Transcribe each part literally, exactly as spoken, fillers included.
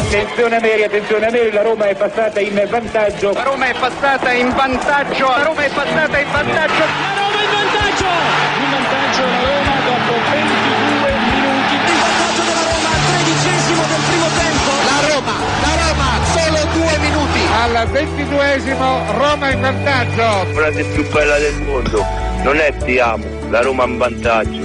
Attenzione Ameri, attenzione Ameri, la Roma è passata in vantaggio. La Roma è passata in vantaggio. La Roma è passata in vantaggio. La Roma in vantaggio. In vantaggio la Roma dopo ventidue minuti. Il vantaggio della Roma al tredicesimo del primo tempo. La Roma, la Roma, solo due minuti. Al ventiduesimo Roma in vantaggio. La frase più bella del mondo non è ti amo, la Roma in vantaggio.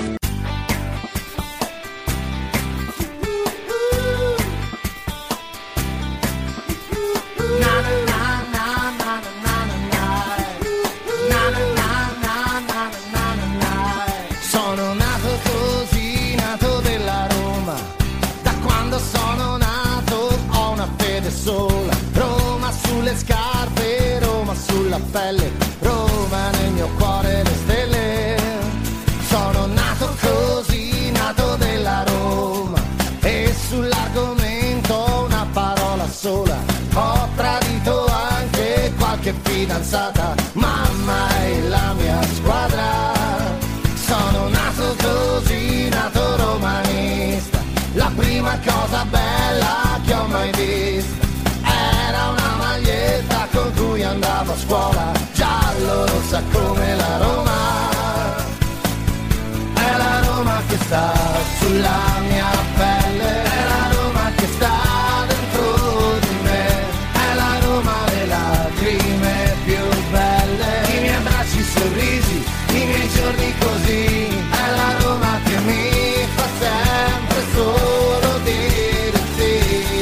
Scarpe, Roma sulla pelle, Roma nel mio cuore le stelle. Sono nato così, nato della Roma, e sull'argomento una parola sola. Ho tradito anche qualche fidanzata, mamma è la mia squadra. Sono nato così, nato romanista, la prima cosa bella che ho mai visto era una maglietta con cui andavo a scuola, giallo rossa come la Roma. È la Roma che sta sulla mia pelle, è la Roma che sta dentro di me, è la Roma le lacrime più belle, i miei abbracci, i sorrisi, i miei giorni così, è la Roma che mi fa sempre solo dire sì.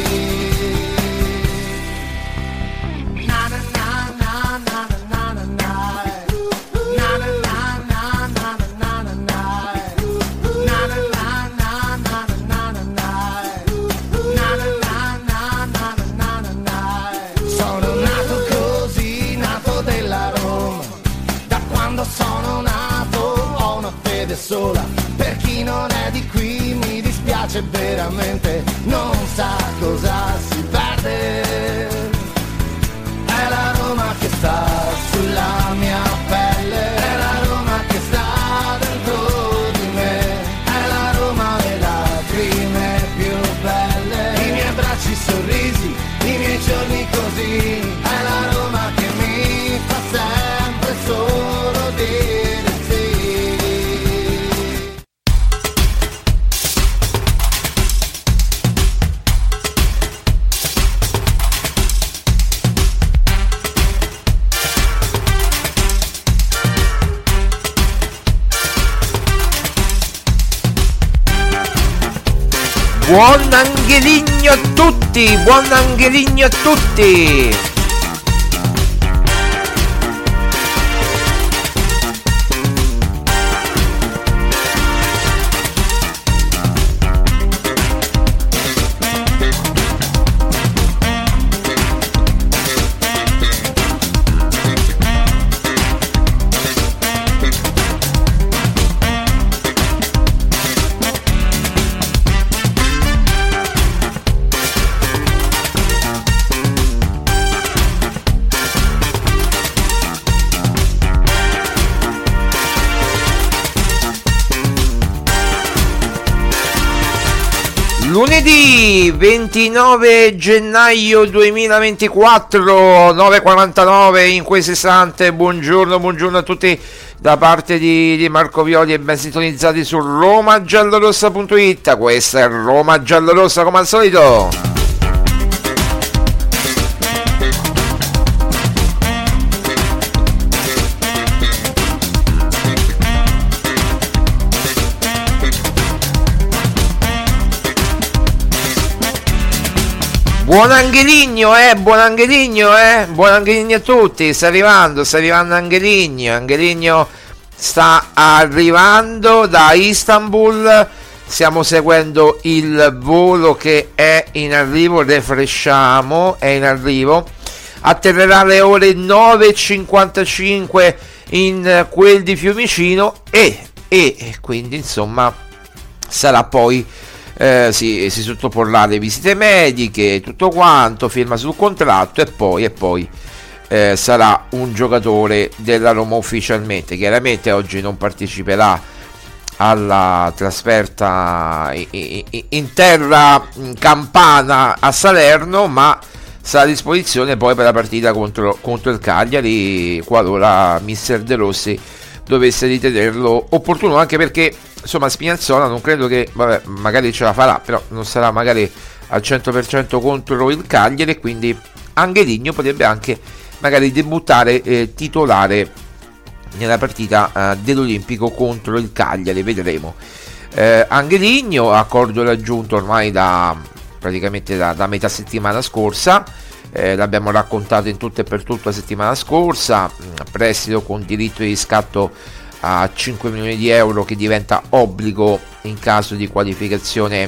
Sono nato, ho una fede sola, per chi non è di qui mi dispiace veramente, non sa cosa si perde. È la Roma che sta sulla mia pelle, è la Roma che sta dentro di me, è la Roma le lacrime più belle, i miei abbracci, i sorrisi, i miei giorni così, è la Roma che mi fa sempre solo dire sì. Buon Angeligno a tutti, buon Angeligno a tutti. Lunedì ventinove gennaio duemilaventiquattro, nove e quarantanove in questo istante. Buongiorno, buongiorno a tutti da parte di, di Marco Violi e ben sintonizzati su roma giallorossa punto it. Questa è Roma Giallorossa come al solito. Buon Angeligno, eh, buon Angeligno, eh, buon Angeligno a tutti, sta arrivando, sta arrivando Angeligno, Angeligno sta arrivando da Istanbul, stiamo seguendo il volo che è in arrivo, refresciamo, è in arrivo, atterrerà alle ore nove e cinquantacinque in quel di Fiumicino e, e quindi insomma sarà poi... Eh, si, si sottoporrà alle visite mediche, tutto quanto, firma sul contratto e poi, e poi eh, sarà un giocatore della Roma ufficialmente. Chiaramente oggi non parteciperà alla trasferta in terra campana a Salerno, ma sarà a disposizione poi per la partita contro, contro il Cagliari, qualora mister De Rossi dovesse ritenerlo opportuno, anche perché insomma Spinazzola non credo che, vabbè, magari ce la farà, però non sarà magari al cento per cento contro il Cagliari, e quindi Angeligno potrebbe anche magari debuttare eh, titolare nella partita eh, dell'Olimpico contro il Cagliari, vedremo. eh, Angeligno, accordo raggiunto ormai da praticamente da, da metà settimana scorsa, eh, l'abbiamo raccontato in tutto e per tutto la settimana scorsa, prestito con diritto di riscatto a cinque milioni di euro che diventa obbligo in caso di qualificazione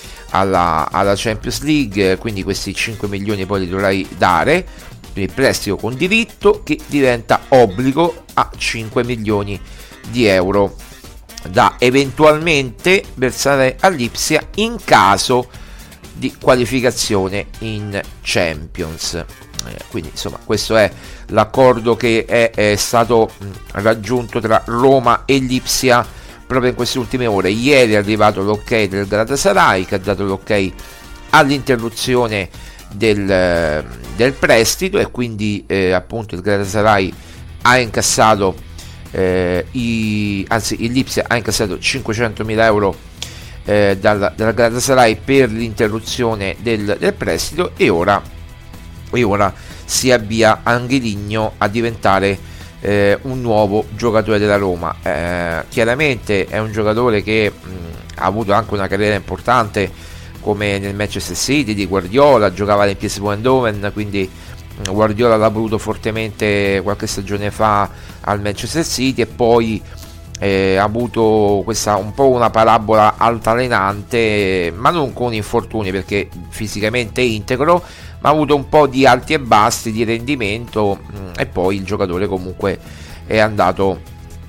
alla, alla Champions League, quindi questi cinque milioni poi li dovrai dare, quindi prestito con diritto che diventa obbligo a cinque milioni di euro da eventualmente versare all'Ipsia in caso di qualificazione in Champions. Eh, quindi insomma questo è l'accordo che è, è stato mh, raggiunto tra Roma e l'Ipsia proprio in queste ultime ore. Ieri è arrivato l'ok del Galatasaray, che ha dato l'ok all'interruzione del, del prestito, e quindi eh, appunto il Galatasaray ha incassato eh, i, anzi il l'Ipsia ha incassato cinquecentomila euro eh, dal, dal Galatasaray per l'interruzione del, del prestito, e ora, e ora si avvia Angeligno a diventare eh, un nuovo giocatore della Roma. Eh, chiaramente è un giocatore che mh, ha avuto anche una carriera importante come nel Manchester City di Guardiola, giocava nel P S V Eindhoven, quindi Guardiola l'ha voluto fortemente qualche stagione fa al Manchester City, e poi eh, ha avuto questa un po' una parabola altalenante, ma non con infortuni perché fisicamente è integro, ma ha avuto un po' di alti e bassi di rendimento, e poi il giocatore comunque è andato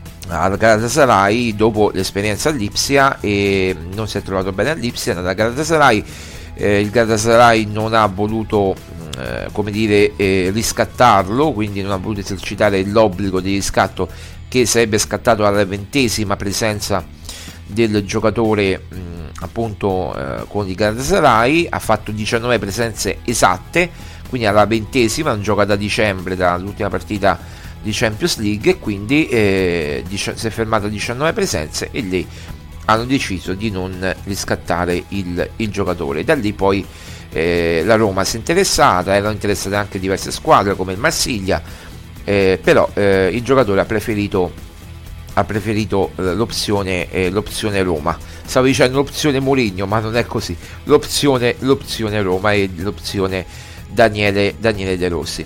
al Galatasaray dopo l'esperienza all'Ipsia e non si è trovato bene all'Ipsia, è andato al Galatasaray. Eh, il Galatasaray non ha voluto eh, come dire eh, riscattarlo, quindi non ha voluto esercitare l'obbligo di riscatto che sarebbe scattato alla ventesima presenza del giocatore mh, appunto eh, con il Galatasaray. Ha fatto diciannove presenze esatte, quindi alla ventesima, non gioca da dicembre, dall'ultima partita di Champions League, e quindi eh, dic- si è fermato a diciannove presenze, e lì hanno deciso di non riscattare il, il giocatore. Da lì poi eh, la Roma si è interessata, erano interessate anche diverse squadre come il Marsiglia, eh, però eh, il giocatore ha preferito ha preferito eh, l'opzione, eh, l'opzione Roma. Stavo dicendo l'opzione Mourinho, ma non è così, l'opzione, l'opzione Roma e l'opzione Daniele, Daniele De Rossi.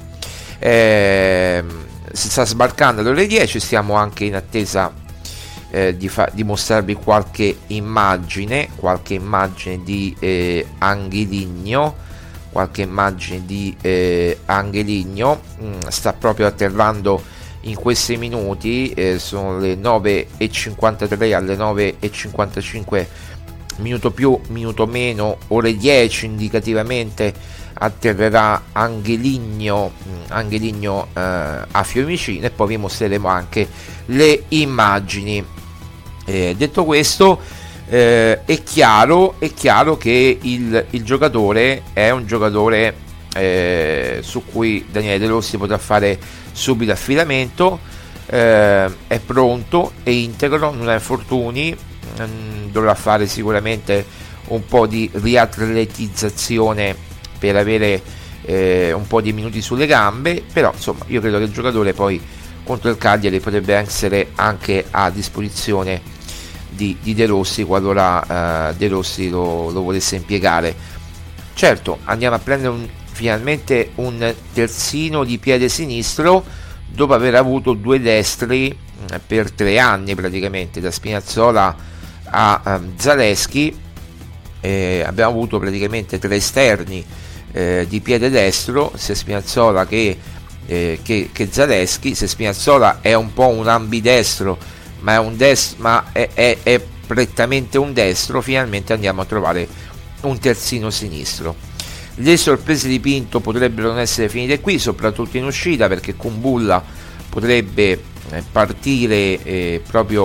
Eh, si sta sbarcando alle ore dieci, stiamo anche in attesa eh, di, fa- di mostrarvi qualche immagine, qualche immagine di eh, Angeligno, qualche immagine di eh, Angeligno, mm, sta proprio atterrando in questi minuti, eh, sono le nove e cinquantatré, alle nove e cinquantacinque, minuto più, minuto meno, ore dieci indicativamente atterrerà Angeligno, Angeligno eh, a Fiumicino, e poi vi mostreremo anche le immagini. Eh, detto questo, eh, è chiaro, è chiaro che il, il giocatore è un giocatore eh, su cui Daniele De Rossi potrà fare subito affidamento, eh, è pronto, è integro, non ha infortuni, mh, dovrà fare sicuramente un po' di riatletizzazione per avere eh, un po' di minuti sulle gambe, però insomma io credo che il giocatore poi contro il Cagliari potrebbe essere anche a disposizione di, di De Rossi qualora eh, De Rossi lo, lo volesse impiegare. Certo, andiamo a prendere un, finalmente un terzino di piede sinistro dopo aver avuto due destri eh, per tre anni praticamente, da Spinazzola a um, Zalewski. Eh, abbiamo avuto praticamente tre esterni eh, di piede destro, sia Spinazzola che, eh, che, che Zalewski. Se Spinazzola è un po' un ambidestro, ma è un destro, ma è, è, è prettamente un destro, finalmente andiamo a trovare un terzino sinistro. Le sorprese di Pinto potrebbero non essere finite qui, soprattutto in uscita, perché Kumbulla potrebbe eh, partire eh, proprio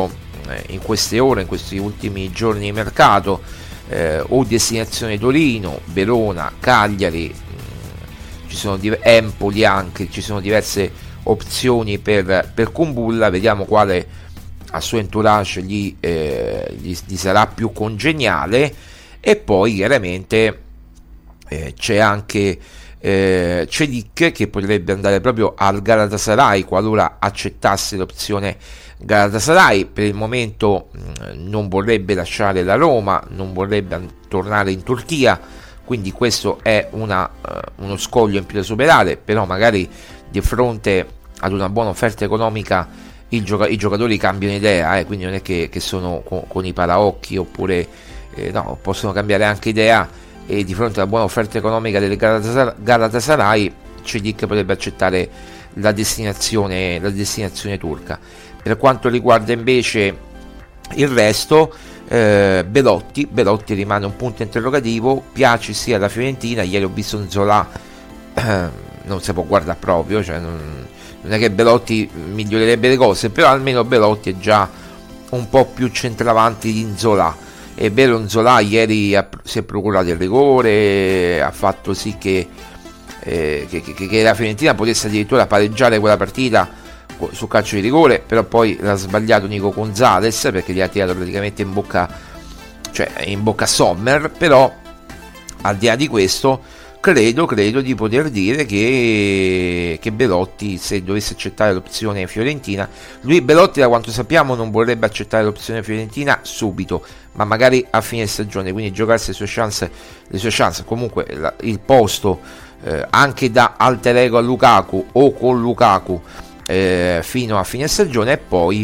in queste ore, in questi ultimi giorni di mercato, eh, o destinazione Torino, Verona, Cagliari, mh, ci sono div- Empoli anche, ci sono diverse opzioni per, per Kumbulla. Vediamo quale al suo entourage gli, eh, gli, gli sarà più congeniale. E poi chiaramente eh, c'è anche eh, Celic, che potrebbe andare proprio al Galatasaray qualora accettasse l'opzione Galatasaray. Per il momento mh, non vorrebbe lasciare la Roma, non vorrebbe an- tornare in Turchia, quindi questo è una, uh, uno scoglio in più da superare. Però magari di fronte ad una buona offerta economica il gioca- i giocatori cambiano idea, eh, quindi non è che, che sono con, con i paraocchi, oppure eh, no, possono cambiare anche idea, e di fronte alla buona offerta economica del Galatasar- Galatasaray Celic potrebbe accettare la destinazione, la destinazione turca. Per quanto riguarda invece il resto, eh, Belotti, Belotti rimane un punto interrogativo, piace sia alla Fiorentina. Ieri ho visto Nzola, eh, non si può guardare proprio, cioè non, non è che Belotti migliorerebbe le cose, però almeno Belotti è già un po' più centravanti di Nzola. È vero, Nzola ieri ha, si è procurato il rigore, ha fatto sì che, eh, che, che, che la Fiorentina potesse addirittura pareggiare quella partita su calcio di rigore, però poi l'ha sbagliato Nico Gonzalez, perché gli ha tirato praticamente in bocca, cioè in bocca a Sommer. Però al di là di questo credo, credo di poter dire che, che Belotti, se dovesse accettare l'opzione fiorentina, lui Belotti da quanto sappiamo non vorrebbe accettare l'opzione fiorentina subito, ma magari a fine stagione, quindi giocarsi le sue chance, le sue chance comunque la, il posto eh, anche da alter ego a Lukaku o con Lukaku eh, fino a fine stagione, e poi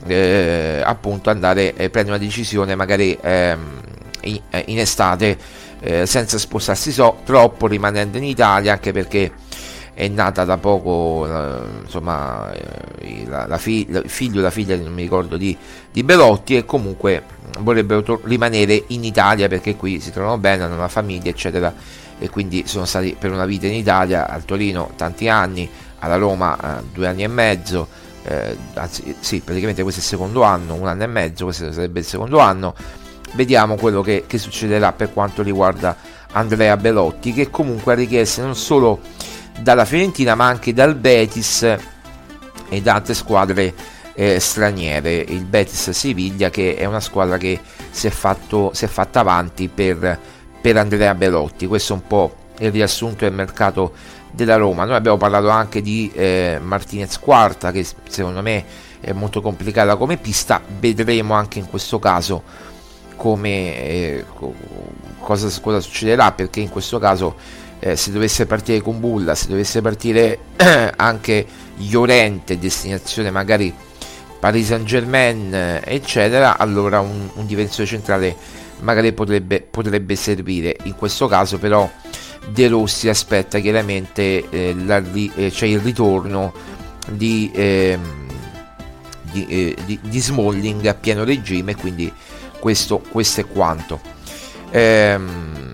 eh, appunto andare a eh, prendere una decisione magari eh, in, in estate, eh, senza spostarsi so, troppo, rimanendo in Italia, anche perché è nata da poco eh, insomma eh, la, la fi- il figlio, la figlia, non mi ricordo, di, di Belotti, e comunque vorrebbero to- rimanere in Italia perché qui si trovano bene, hanno una famiglia eccetera, e quindi sono stati per una vita in Italia, al Torino tanti anni, alla Roma eh, due anni e mezzo, eh, anzi sì, praticamente questo è il secondo anno, un anno e mezzo, questo sarebbe il secondo anno. Vediamo quello che, che succederà per quanto riguarda Andrea Belotti, che comunque ha richieste non solo dalla Fiorentina ma anche dal Betis e da altre squadre eh, straniere. Il Betis Siviglia, che è una squadra che si è, fatto, si è fatta avanti per, per Andrea Belotti. Questo è un po' il riassunto del mercato della Roma. Noi abbiamo parlato anche di eh, Martinez Quarta, che secondo me è molto complicata come pista. Vedremo anche in questo caso come eh, cosa, cosa succederà, perché in questo caso eh, se dovesse partire Kumbulla, se dovesse partire eh, anche Llorente, destinazione magari Paris Saint-Germain eh, eccetera, allora un, un difensore centrale magari potrebbe, potrebbe servire. In questo caso però De Rossi aspetta chiaramente eh, la, eh, cioè il ritorno di, eh, di, eh, di, di Smalling a pieno regime, quindi questo, questo è quanto. Ehm,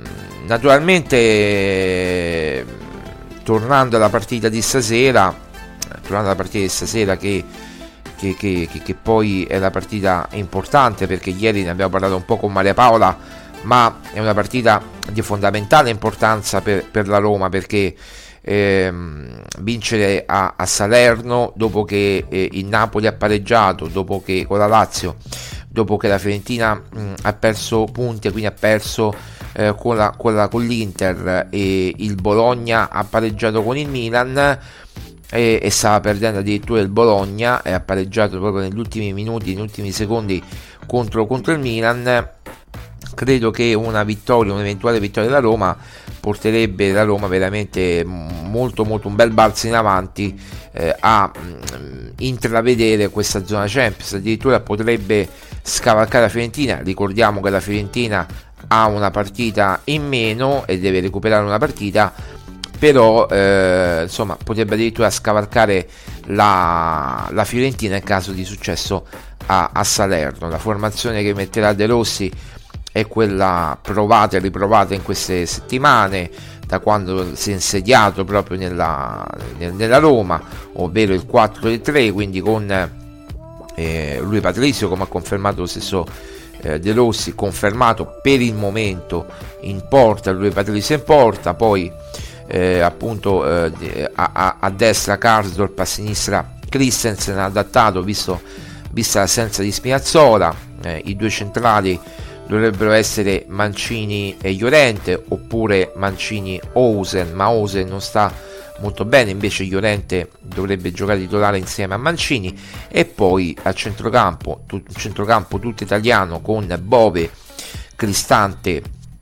naturalmente tornando alla partita di stasera, tornando alla partita di stasera che, che, che, che, che poi è la partita importante, perché ieri ne abbiamo parlato un po' con Maria Paola, ma è una partita di fondamentale importanza per, per la Roma, perché ehm, vincere a, a Salerno dopo che eh, il Napoli ha pareggiato, dopo che con la Lazio, dopo che la Fiorentina mh, ha perso punti e quindi ha perso eh, con, la, con, la, con l'Inter, e il Bologna ha pareggiato con il Milan e, e stava perdendo addirittura il Bologna e ha pareggiato proprio negli ultimi minuti, negli ultimi secondi contro, contro il Milan. Credo che una vittoria, un'eventuale vittoria della Roma porterebbe la Roma veramente molto molto un bel balzo in avanti eh, a mh, intravedere questa zona Champions. Addirittura potrebbe scavalcare la Fiorentina. Ricordiamo che la Fiorentina ha una partita in meno e deve recuperare una partita, però eh, insomma potrebbe addirittura scavalcare la, la Fiorentina in caso di successo a, a Salerno. La formazione che metterà De Rossi è quella provata e riprovata in queste settimane, da quando si è insediato proprio nella, nella Roma, ovvero il quattro tre, quindi con eh, lui Patrizio, come ha confermato lo stesso eh, De Rossi, confermato per il momento in porta, lui Patrizio in porta, poi eh, appunto eh, a, a, a destra Karsdorp, a sinistra Christensen, adattato visto, vista l'assenza di Spinazzola. Eh, i due centrali dovrebbero essere Mancini e Llorente, oppure Mancini Osen, ma Osen non sta molto bene, invece Llorente dovrebbe giocare titolare insieme a Mancini. E poi al centrocampo, tu, centrocampo tutto italiano con Bove, Cristante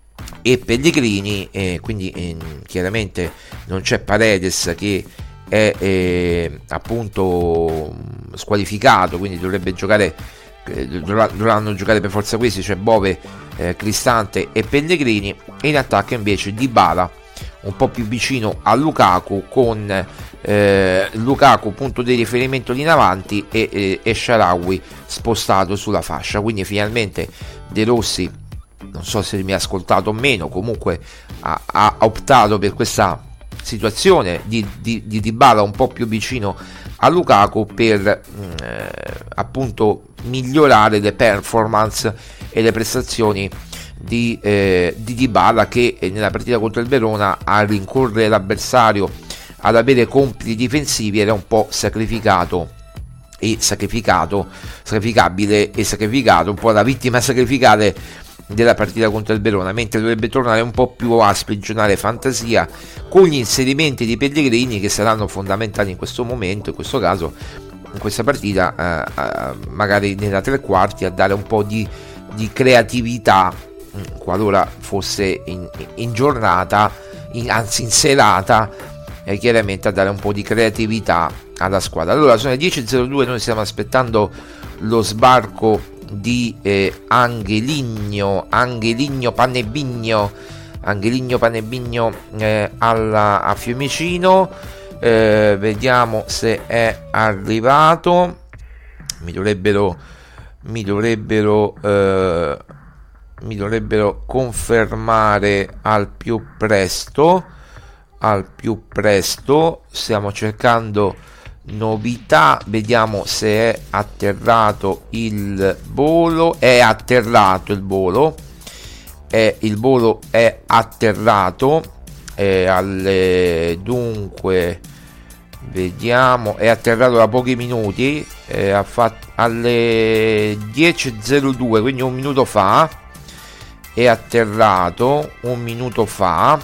e Pellegrini, eh, quindi eh, chiaramente non c'è Paredes che è eh, appunto squalificato, quindi dovrebbe giocare, eh, dovranno giocare per forza questi, cioè Bove, eh, Cristante e Pellegrini. E in attacco invece Dybala un po' più vicino a Lukaku, con eh, Lukaku punto di riferimento lì in avanti e, e, e Shaarawy spostato sulla fascia. Quindi finalmente De Rossi, non so se mi ha ascoltato o meno, comunque ha, ha optato per questa situazione di, di, di Dybala un po' più vicino a Lukaku per eh, appunto migliorare le performance e le prestazioni di, eh, di Dybala, che nella partita contro il Verona, a rincorrere l'avversario, ad avere compiti difensivi, era un po' sacrificato e sacrificato sacrificabile e sacrificato, un po' la vittima sacrificale della partita contro il Verona, mentre dovrebbe tornare un po' più a sprigionare fantasia con gli inserimenti di Pellegrini, che saranno fondamentali in questo momento, in questo caso in questa partita, eh, eh, magari nella tre quarti, a dare un po' di, di creatività, mh, qualora fosse in, in giornata, in, anzi in serata, eh, chiaramente a dare un po' di creatività alla squadra. Allora sono le dieci e zero due, noi stiamo aspettando lo sbarco di eh, Angeligno Angeligno Panebigno Angeligno Panebigno eh, alla, a Fiumicino. Eh, vediamo se è arrivato. Mi dovrebbero mi dovrebbero eh, mi dovrebbero confermare al più presto al più presto. Stiamo cercando novità, vediamo se è atterrato il volo. È atterrato il volo è il volo è atterrato è alle, dunque vediamo, è atterrato da pochi minuti, eh, ha fatto alle dieci e zero due, quindi un minuto fa è atterrato un minuto fa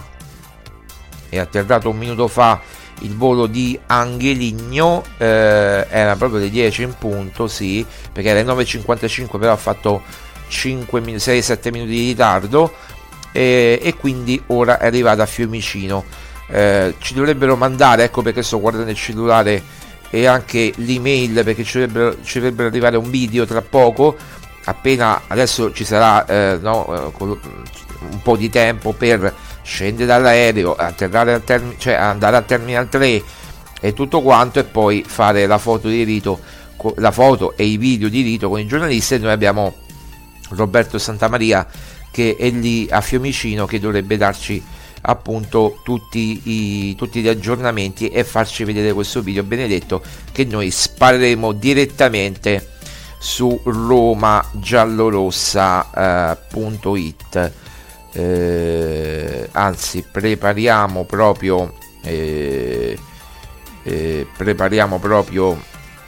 è atterrato un minuto fa il volo di Angeligno. Eh, era proprio le dieci in punto, sì, perché era le nove e cinquantacinque, però ha fatto sei sette minuti di ritardo, eh, e quindi ora è arrivato a Fiumicino. Eh, ci dovrebbero mandare, ecco perché sto guardando il cellulare, e anche l'email, perché ci dovrebbero, ci dovrebbero arrivare un video tra poco, appena adesso ci sarà eh, no, un po' di tempo per scendere dall'aereo, atterrare al termine, cioè andare al Terminal tre e tutto quanto, e poi fare la foto di rito, la foto e i video di rito con i giornalisti. E noi abbiamo Roberto Santamaria che è lì a Fiumicino, che dovrebbe darci appunto tutti, i, tutti gli aggiornamenti e farci vedere questo video benedetto, che noi spareremo direttamente su roma giallorossa punto it. Eh, anzi prepariamo proprio eh, eh, prepariamo proprio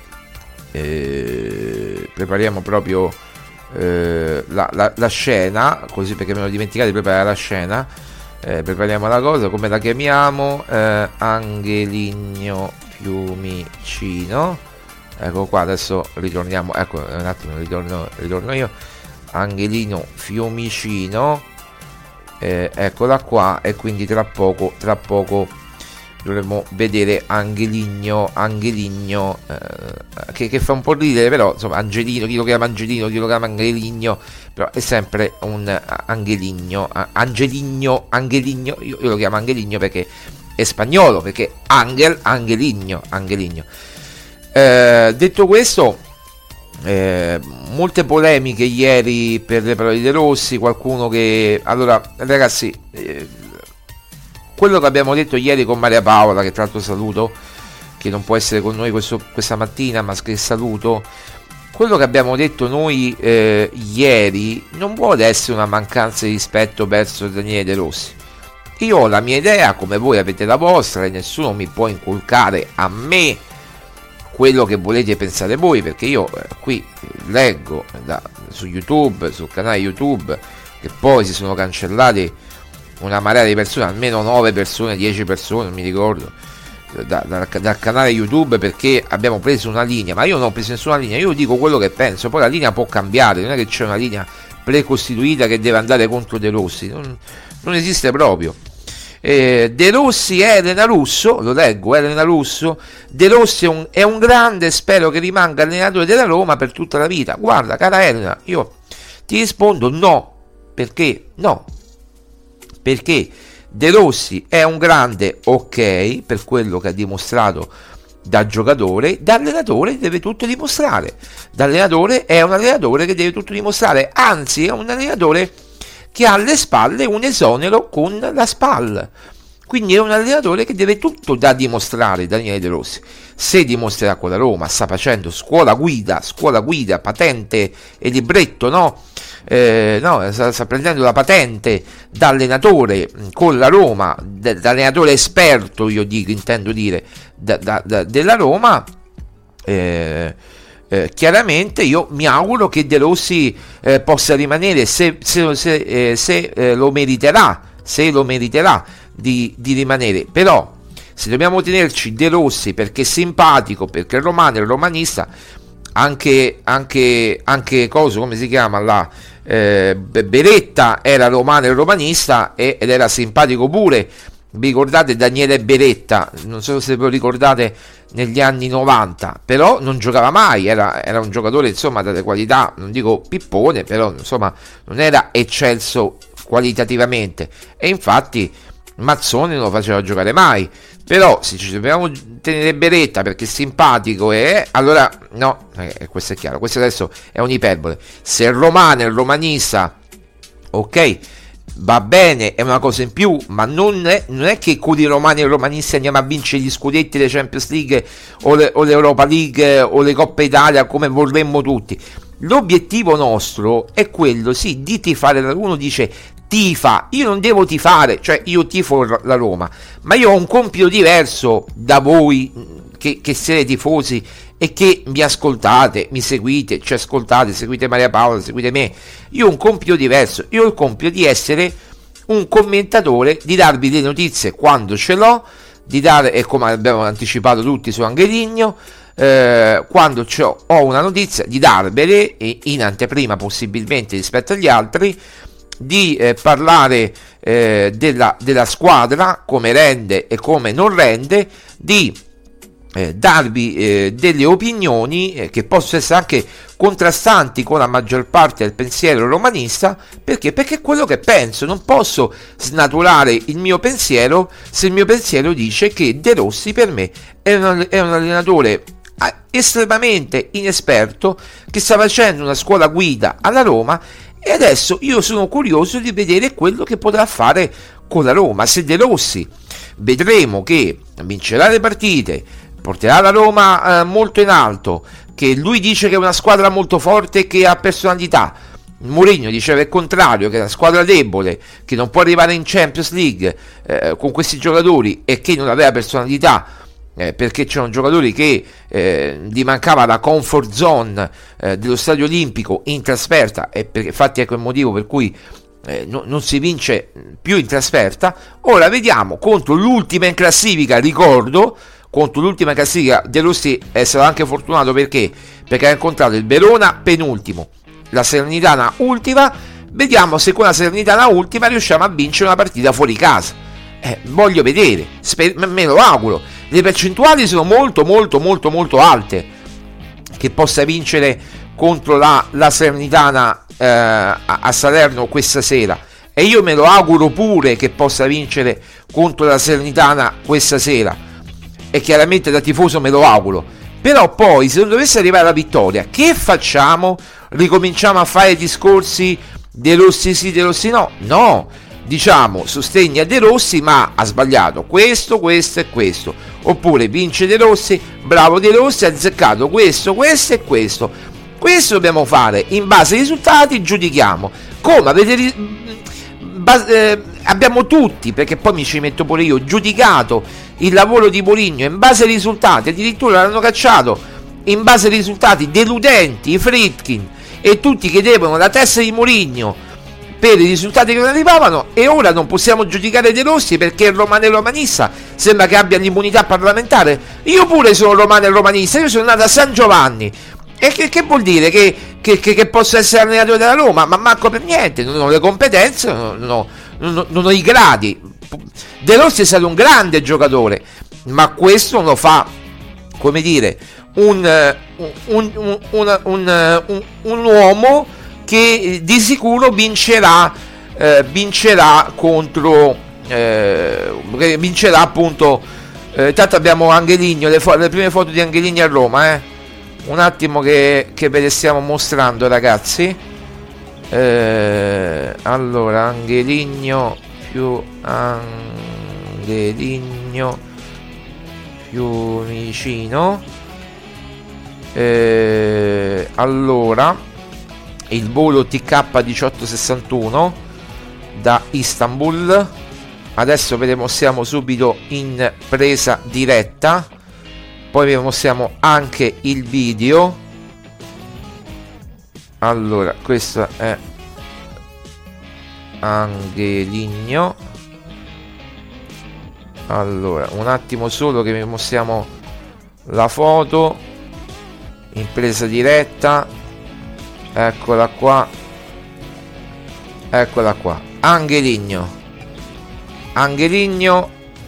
eh, prepariamo proprio eh, la, la, la scena, così, perché me l'ho dimenticato di preparare la scena. Eh, prepariamo la cosa, come la chiamiamo? eh, Angeligno Fiumicino, ecco qua, adesso ritorniamo, ecco un attimo, ritorno, ritorno io Angelino Fiumicino. Eh, eccola qua, e quindi tra poco tra poco dovremo vedere Angeligno Angeligno eh, che, che fa un po' ridere, però insomma Angelino, chi lo chiama Angelino, chi lo chiama Angeligno, però è sempre un Angeligno Angeligno Angeligno io, io lo chiamo Angeligno perché è spagnolo, perché Angel Angeligno Angeligno. Eh, detto questo, Eh, molte polemiche ieri per le parole di De Rossi, qualcuno che... Allora ragazzi, eh, quello che abbiamo detto ieri con Maria Paola, che tra l'altro saluto, che non può essere con noi questo, questa mattina, ma che saluto, quello che abbiamo detto noi eh, ieri non vuole essere una mancanza di rispetto verso Daniele De Rossi. Io ho la mia idea, come voi avete la vostra, e nessuno mi può inculcare a me quello che volete pensare voi, perché io eh, qui leggo da, su YouTube, sul canale YouTube, che poi si sono cancellati una marea di persone, almeno nove persone, dieci persone, non mi ricordo, da, da, dal canale YouTube, perché abbiamo preso una linea. Ma io non ho preso nessuna linea, io dico quello che penso, poi la linea può cambiare, non è che c'è una linea precostituita che deve andare contro De Rossi, non, non esiste proprio. Eh, De Rossi e Elena Russo, lo leggo, Elena Russo, De Rossi è un, è un grande, spero che rimanga allenatore della Roma per tutta la vita. Guarda, cara Elena, io ti rispondo no. Perché? No, perché De Rossi è un grande, ok, per quello che ha dimostrato da giocatore. Da allenatore deve tutto dimostrare, da allenatore è un allenatore che deve tutto dimostrare, anzi è un allenatore che ha alle spalle un esonero con la S P A L, quindi è un allenatore che deve tutto da dimostrare. Daniele De Rossi, se dimostrerà con la Roma, sta facendo scuola guida, scuola guida, patente e libretto, no? Eh, no, sta, sta prendendo la patente da allenatore con la Roma, da, da allenatore esperto, io dico, intendo dire, da, da, da, della Roma. Eh, Eh, chiaramente io mi auguro che De Rossi eh, possa rimanere, se, se, se, eh, se eh, lo meriterà, se lo meriterà di, di rimanere. Però se dobbiamo tenerci De Rossi perché è simpatico, perché è romano, è romanista, anche anche anche cosa, come si chiama là, eh, Beretta era romano e romanista e, ed era simpatico pure. Vi ricordate Daniele Beretta? Non so se ve lo ricordate, negli anni novanta, però non giocava mai, era, era un giocatore insomma dalle qualità, non dico pippone, però insomma non era eccelso qualitativamente, e infatti Mazzoni non lo faceva giocare mai. Però se ci dobbiamo tenere Beretta perché è simpatico, e allora no, eh, questo è chiaro, questo adesso è un'iperbole. Se è romano, è romanista, ok, va bene, è una cosa in più, ma non è, non è che con i romani e i romanisti andiamo a vincere gli scudetti, le Champions League o, le, o l'Europa League o le Coppe Italia come vorremmo tutti. L'obiettivo nostro è quello, sì, di tifare. Uno dice tifa, io non devo tifare, cioè io tifo la Roma, ma io ho un compito diverso da voi che, che siete tifosi e che mi ascoltate, mi seguite, ci ascoltate, seguite Maria Paola, seguite me. Io ho un compito diverso, io ho il compito di essere un commentatore, di darvi le notizie quando ce l'ho, di dare, e come abbiamo anticipato tutti su Angeligno, eh, quando ho una notizia, di darvele in anteprima possibilmente rispetto agli altri, di eh, parlare eh, della, della squadra, come rende e come non rende, di Eh, darvi eh, delle opinioni eh, che possono essere anche contrastanti con la maggior parte del pensiero romanista. Perché? Perché è quello che penso, non posso snaturare il mio pensiero se il mio pensiero dice che De Rossi per me è un, è un allenatore estremamente inesperto che sta facendo una scuola guida alla Roma, e adesso io sono curioso di vedere quello che potrà fare con la Roma. Se De Rossi vedremo che vincerà le partite, porterà la Roma eh, molto in alto, che lui dice che è una squadra molto forte, che ha personalità. Mourinho diceva il contrario, che è una squadra debole, che non può arrivare in Champions League eh, con questi giocatori, e che non aveva personalità eh, perché c'erano giocatori che eh, gli mancava la comfort zone eh, dello Stadio Olimpico in trasferta, e perché infatti ecco il motivo per cui Eh, no, non si vince più in trasferta. Ora vediamo contro l'ultima in classifica, ricordo, contro l'ultima in classifica De Rossi è stato anche fortunato, perché perché ha incontrato il Verona penultimo, la Salernitana ultima. Vediamo se con la Salernitana ultima riusciamo a vincere una partita fuori casa. eh, voglio vedere, sper- me lo auguro. Le percentuali sono molto molto molto molto alte che possa vincere contro la, la Salernitana eh, a, a Salerno questa sera, e io me lo auguro pure che possa vincere contro la Salernitana questa sera, e chiaramente da tifoso me lo auguro. Però poi se non dovesse arrivare la vittoria, che facciamo? Ricominciamo a fare discorsi De Rossi sì, De Rossi no? No, diciamo sostegni a De Rossi, ma ha sbagliato questo, questo e questo. Oppure vince De Rossi, bravo De Rossi, ha azzeccato questo, questo e questo. Questo dobbiamo fare, in base ai risultati giudichiamo. Come avete ri- bas- eh, abbiamo tutti, perché poi mi ci metto pure io, giudicato il lavoro di Mourinho in base ai risultati, addirittura l'hanno cacciato in base ai risultati, deludenti, i Friedkin e tutti che devono la testa di Mourinho per i risultati che non arrivavano, e ora non possiamo giudicare De Rossi perché il romano e romanista sembra che abbia l'immunità parlamentare. Io pure sono romano e romanista, io sono nato a San Giovanni. E che, che vuol dire? Che, che, che, che posso essere allenatore della Roma? Ma manco per niente, non ho le competenze, non ho, non, non ho i gradi. De Rossi è stato un grande giocatore, ma questo non lo fa, come dire, un, un, un, un, un, un, un uomo che di sicuro vincerà, eh, vincerà contro, eh, vincerà appunto. Eh, tanto abbiamo Angeligno, le, fo- le prime foto di Angeligno a Roma, eh. Un attimo che, che ve le stiamo mostrando, ragazzi. Eh, allora, Angeligno più Angeligno più vicino. Eh, allora, il volo T K diciotto sessantuno da Istanbul. Adesso ve le mostriamo subito in presa diretta. Poi vi mostriamo anche il video. Allora, questo è Angeligno. Allora, un attimo solo che vi mostriamo la foto in presa diretta. Eccola qua. Eccola qua. Angeligno. Angeligno.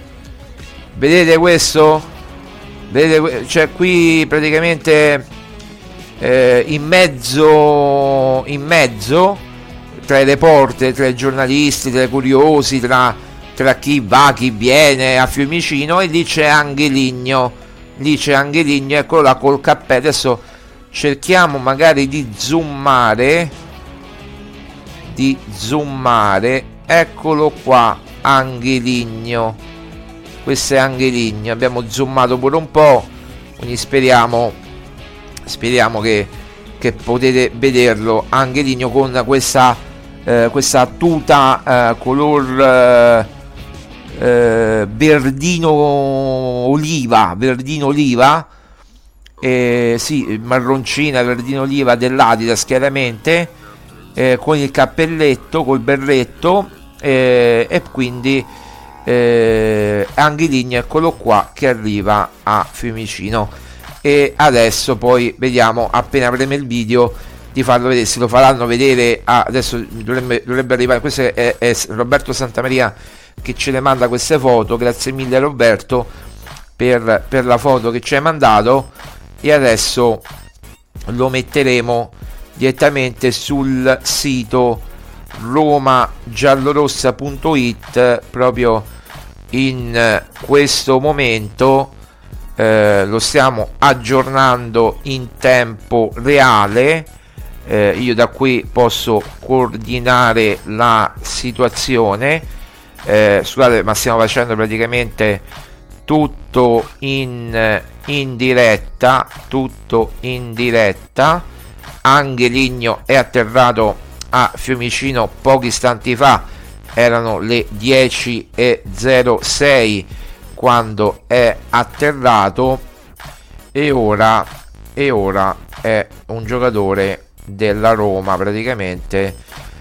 Vedete questo? Vedete, cioè qui praticamente eh, in mezzo in mezzo tra le porte, tra i giornalisti, tra i curiosi, tra, tra chi va, chi viene a Fiumicino, e lì c'è Angeligno, lì c'è Angeligno, eccolo là col cappello. Adesso cerchiamo magari di zoomare, di zoomare, eccolo qua, Angeligno. Questo è Angeligno, abbiamo zoomato pure un po', quindi speriamo speriamo che, che potete vederlo. Angeligno con questa eh, questa tuta eh, color eh, eh, verdino oliva, verdino oliva, eh, sì, marroncina, verdino oliva dell'Adidas chiaramente, eh, con il cappelletto, col berretto, eh, e quindi Eh, Angeligno, eccolo qua che arriva a Fiumicino. E adesso poi vediamo, appena avremo il video, di farlo vedere. Se lo faranno vedere, ah, adesso dovrebbe, dovrebbe arrivare. Questo è, è Roberto Santamaria che ce le manda queste foto. Grazie mille Roberto per, per la foto che ci hai mandato, e adesso lo metteremo direttamente sul sito roma giallorossa punto it proprio in questo momento. Eh, lo stiamo aggiornando in tempo reale. Eh, io da qui posso coordinare la situazione. Eh, scusate, ma stiamo facendo praticamente tutto in, in diretta, tutto in diretta. Angeligno è atterrato a Fiumicino pochi istanti fa, erano le dieci e zero sei quando è atterrato, e ora, e ora è un giocatore della Roma praticamente.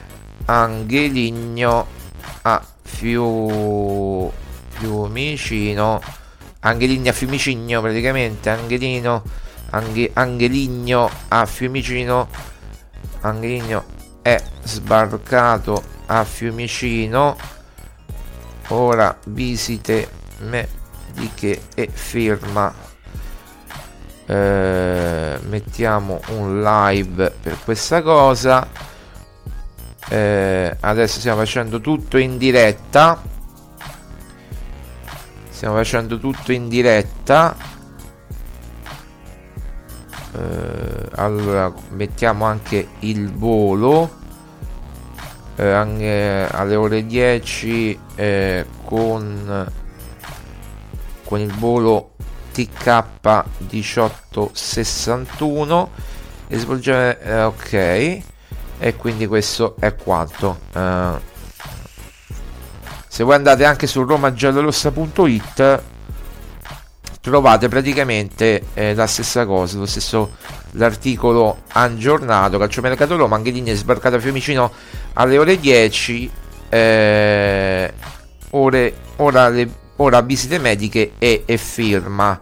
Angeligno a Fiu... Fiumicino, Angeligno a Fiumicino praticamente, Angelino, Ange... Angeligno a Fiumicino, Angeligno è sbarcato a Fiumicino. Ora visite mediche e firma. Eh, mettiamo un live per questa cosa. Eh, adesso stiamo facendo tutto in diretta. Stiamo facendo tutto in diretta. Eh, allora mettiamo anche il volo, eh, anche alle ore dieci, eh, con con il volo T K diciotto sessantuno, e svolgere eh, ok, e quindi questo è quanto. Uh, se voi andate anche su romagiallorossa punto it trovate praticamente eh, la stessa cosa, lo stesso l'articolo aggiornato. Calciomercato Roma, Angelini è sbarcato a Fiumicino alle ore dieci, eh, ore, ora, le, ora visite mediche e, e firma.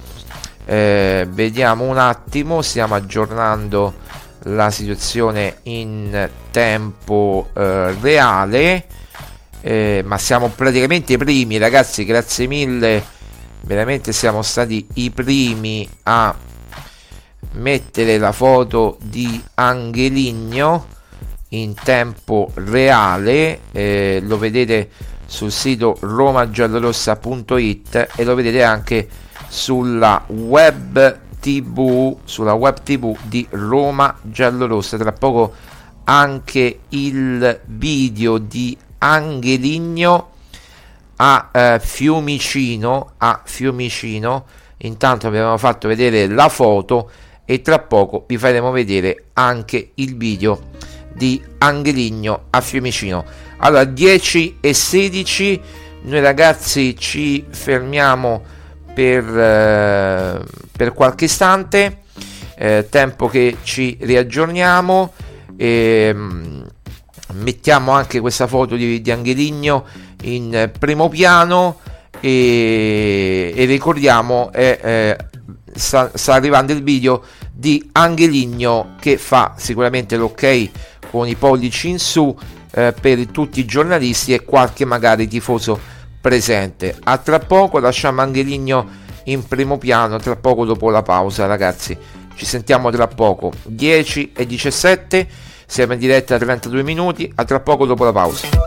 Eh, vediamo un attimo, stiamo aggiornando la situazione in tempo eh, reale, eh, ma siamo praticamente i primi, ragazzi, grazie mille, veramente siamo stati i primi a mettere la foto di Angeligno in tempo reale. Eh, lo vedete sul sito romagiallorossa punto it e lo vedete anche sulla web tv, sulla web tv di Roma Giallorossa. Tra poco anche il video di Angeligno a eh, Fiumicino, a Fiumicino. Intanto abbiamo fatto vedere la foto e tra poco vi faremo vedere anche il video di Angeligno a Fiumicino. Allora, dieci e sedici, noi ragazzi ci fermiamo per, eh, per qualche istante, eh, tempo che ci riaggiorniamo, e mh, mettiamo anche questa foto di, di Angeligno in primo piano, e, e ricordiamo eh, eh, sta, sta arrivando il video di Angeligno che fa sicuramente l'ok con i pollici in su eh, per tutti i giornalisti e qualche magari tifoso presente. A tra poco, lasciamo Angeligno in primo piano, tra poco dopo la pausa, ragazzi, ci sentiamo tra poco. Dieci e diciassette, siamo in diretta a trentadue minuti, a tra poco dopo la pausa.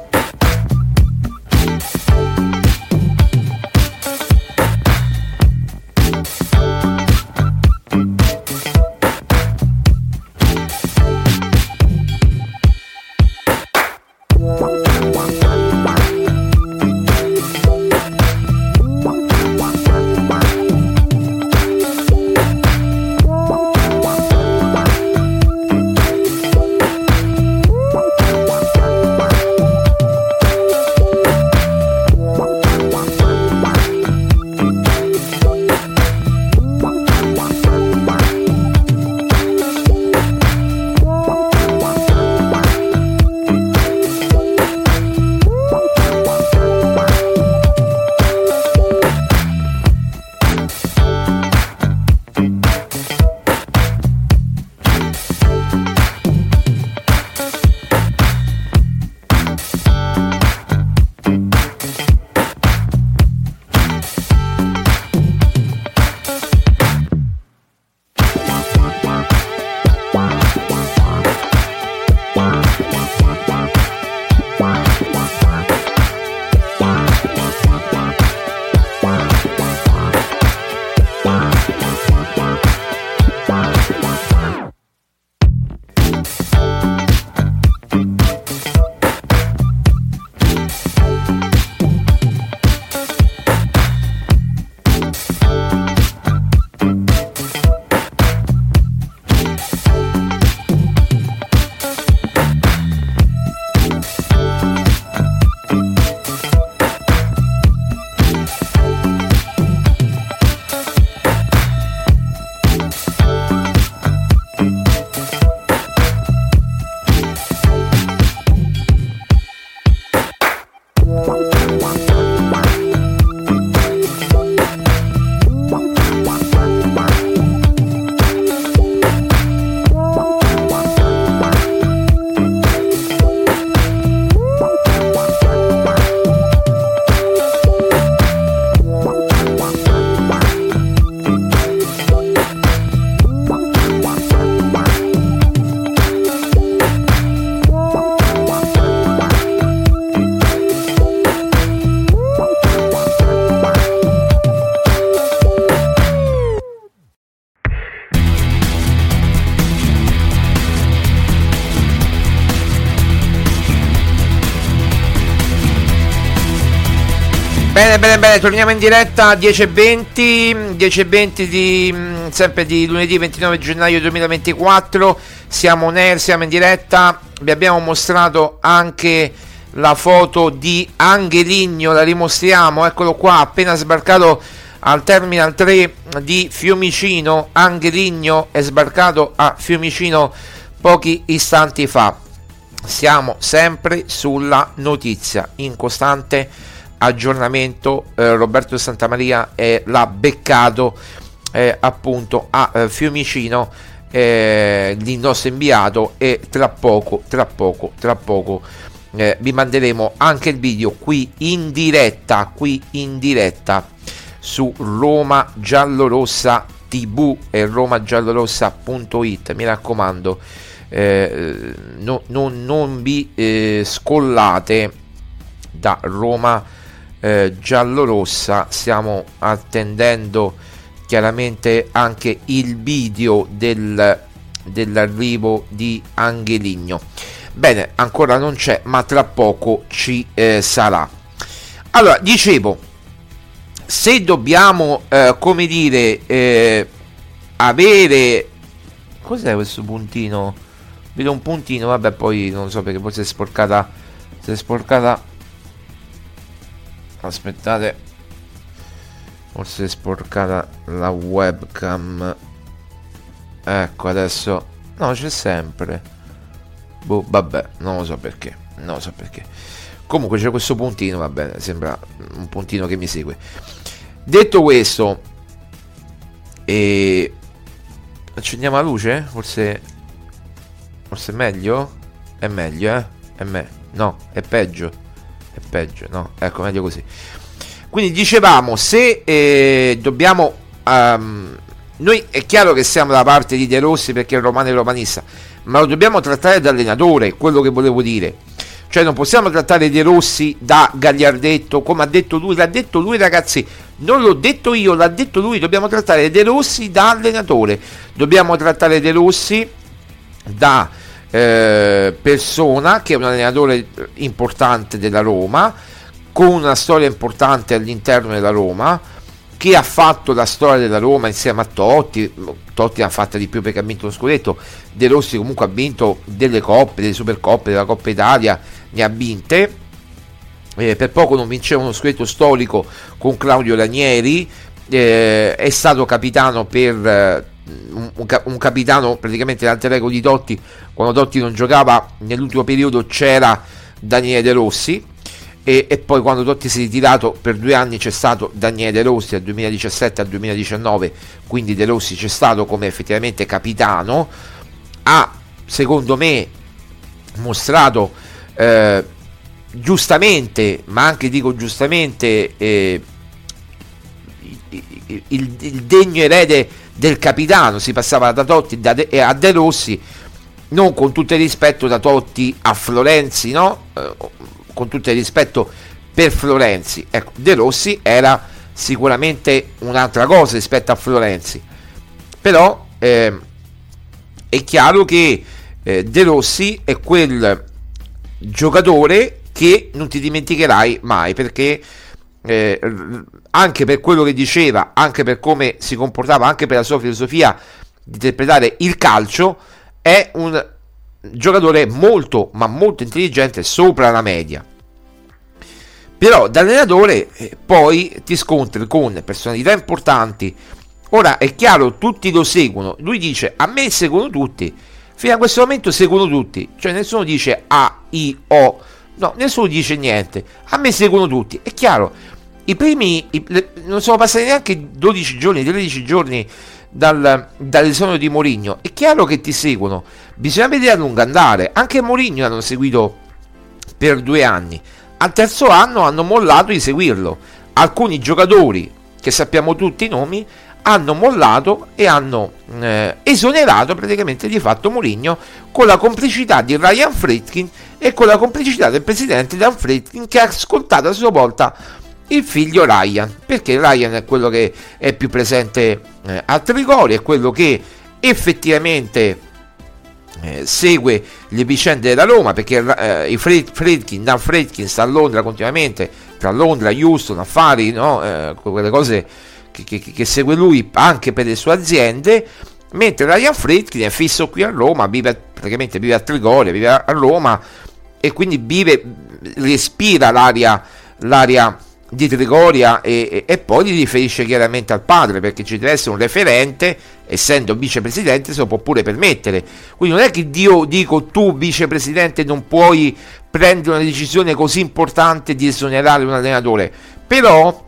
Bene, bene, bene, torniamo in diretta dieci e venti, dieci e venti di, sempre di lunedì ventinove gennaio duemilaventiquattro, siamo on air, siamo in diretta, vi abbiamo mostrato anche la foto di Angeligno, la rimostriamo, eccolo qua, appena sbarcato al Terminal tre di Fiumicino. Angeligno è sbarcato a Fiumicino pochi istanti fa. Siamo sempre sulla notizia, in costante aggiornamento. eh, Roberto Santamaria eh, l'ha beccato eh, appunto a eh, Fiumicino, eh, il nostro inviato, e tra poco, tra poco, tra poco eh, vi manderemo anche il video qui in diretta, qui in diretta su Roma Giallorossa tivù e romagiallorossa punto it. Mi raccomando, eh, no, no, non vi eh, scollate da Roma eh, Giallorossa. Stiamo attendendo chiaramente anche il video del, dell'arrivo di Angeligno. Bene, ancora non c'è, ma tra poco ci eh, sarà. Allora, dicevo, se dobbiamo eh, come dire eh, avere, cos'è questo puntino? Vedo un puntino, vabbè, poi non so perché poi si è sporcata, si è sporcata, aspettate, forse è sporcata la webcam, ecco adesso, no, c'è sempre, boh, vabbè, non lo so perché, non lo so perché, comunque c'è questo puntino, va bene, sembra un puntino che mi segue. Detto questo, e accendiamo la luce, forse forse è meglio, è meglio, eh, è me, no, è peggio, è peggio, no, ecco, meglio così. Quindi dicevamo, se eh, dobbiamo um, noi è chiaro che siamo dalla parte di De Rossi perché è romano e romanista, ma lo dobbiamo trattare da allenatore, quello che volevo dire. Cioè non possiamo trattare De Rossi da gagliardetto, come ha detto lui, l'ha detto lui, ragazzi, non l'ho detto io, l'ha detto lui. Dobbiamo trattare De Rossi da allenatore, dobbiamo trattare De Rossi da eh, persona che è un allenatore importante della Roma, con una storia importante all'interno della Roma, che ha fatto la storia della Roma insieme a Totti. Totti ha fatta di più perché ha vinto lo scudetto, De Rossi comunque ha vinto delle coppe, delle supercoppe, della Coppa Italia, ne ha vinte, eh, per poco non vinceva uno scudetto storico con Claudio Ranieri, eh, è stato capitano per eh, un, un capitano praticamente l'alter ego di Totti. Quando Totti non giocava nell'ultimo periodo c'era Daniele De Rossi, e, e poi quando Totti si è ritirato per due anni c'è stato Daniele De Rossi dal duemiladiciassette al duemiladiciannove, quindi De Rossi c'è stato come effettivamente capitano. Ha, secondo me, mostrato eh, giustamente, ma anche dico giustamente, eh, il, il, il degno erede del capitano. Si passava da Totti da De, a De Rossi, non con tutto il rispetto da Totti a Florenzi, no? Eh, con tutto il rispetto per Florenzi, ecco, De Rossi era sicuramente un'altra cosa rispetto a Florenzi, però eh, è chiaro che eh, De Rossi è quel giocatore che non ti dimenticherai mai, perché eh, anche per quello che diceva, anche per come si comportava, anche per la sua filosofia di interpretare il calcio, è un giocatore molto ma molto intelligente, sopra la media. Però da allenatore eh, poi ti scontri con personalità importanti. Ora è chiaro, tutti lo seguono, lui dice a me seguono tutti, fino a questo momento seguono tutti, cioè nessuno dice A, I, O, no, nessuno dice niente, a me seguono tutti. È chiaro, i primi i, le, non sono passati neanche dodici giorni, tredici giorni dal, dall'esodo di Mourinho, è chiaro che ti seguono, bisogna vedere a lungo andare. Anche Mourinho l'hanno seguito per due anni, al terzo anno hanno mollato di seguirlo. Alcuni giocatori, che sappiamo tutti i nomi, hanno mollato e hanno eh, esonerato praticamente di fatto Mourinho, con la complicità di Ryan Friedkin e con la complicità del presidente Dan Friedkin, che ha ascoltato a sua volta il figlio Ryan, perché Ryan è quello che è più presente eh, a Trigoria, è quello che effettivamente eh, segue le vicende della Roma, perché eh, i Fried, Friedkin, Dan Friedkin sta a Londra continuamente, tra Londra, Houston, affari, no? Eh, quelle cose che, che, che segue lui anche per le sue aziende, mentre Ryan Friedkin è fisso qui a Roma, vive praticamente vive a Trigoria, vive a Roma e quindi vive, respira l'aria, l'aria di Trigoria e, e, e poi gli riferisce chiaramente al padre, perché ci deve essere un referente, essendo vicepresidente se lo può pure permettere. Quindi non è che io dico tu vicepresidente non puoi prendere una decisione così importante di esonerare un allenatore, però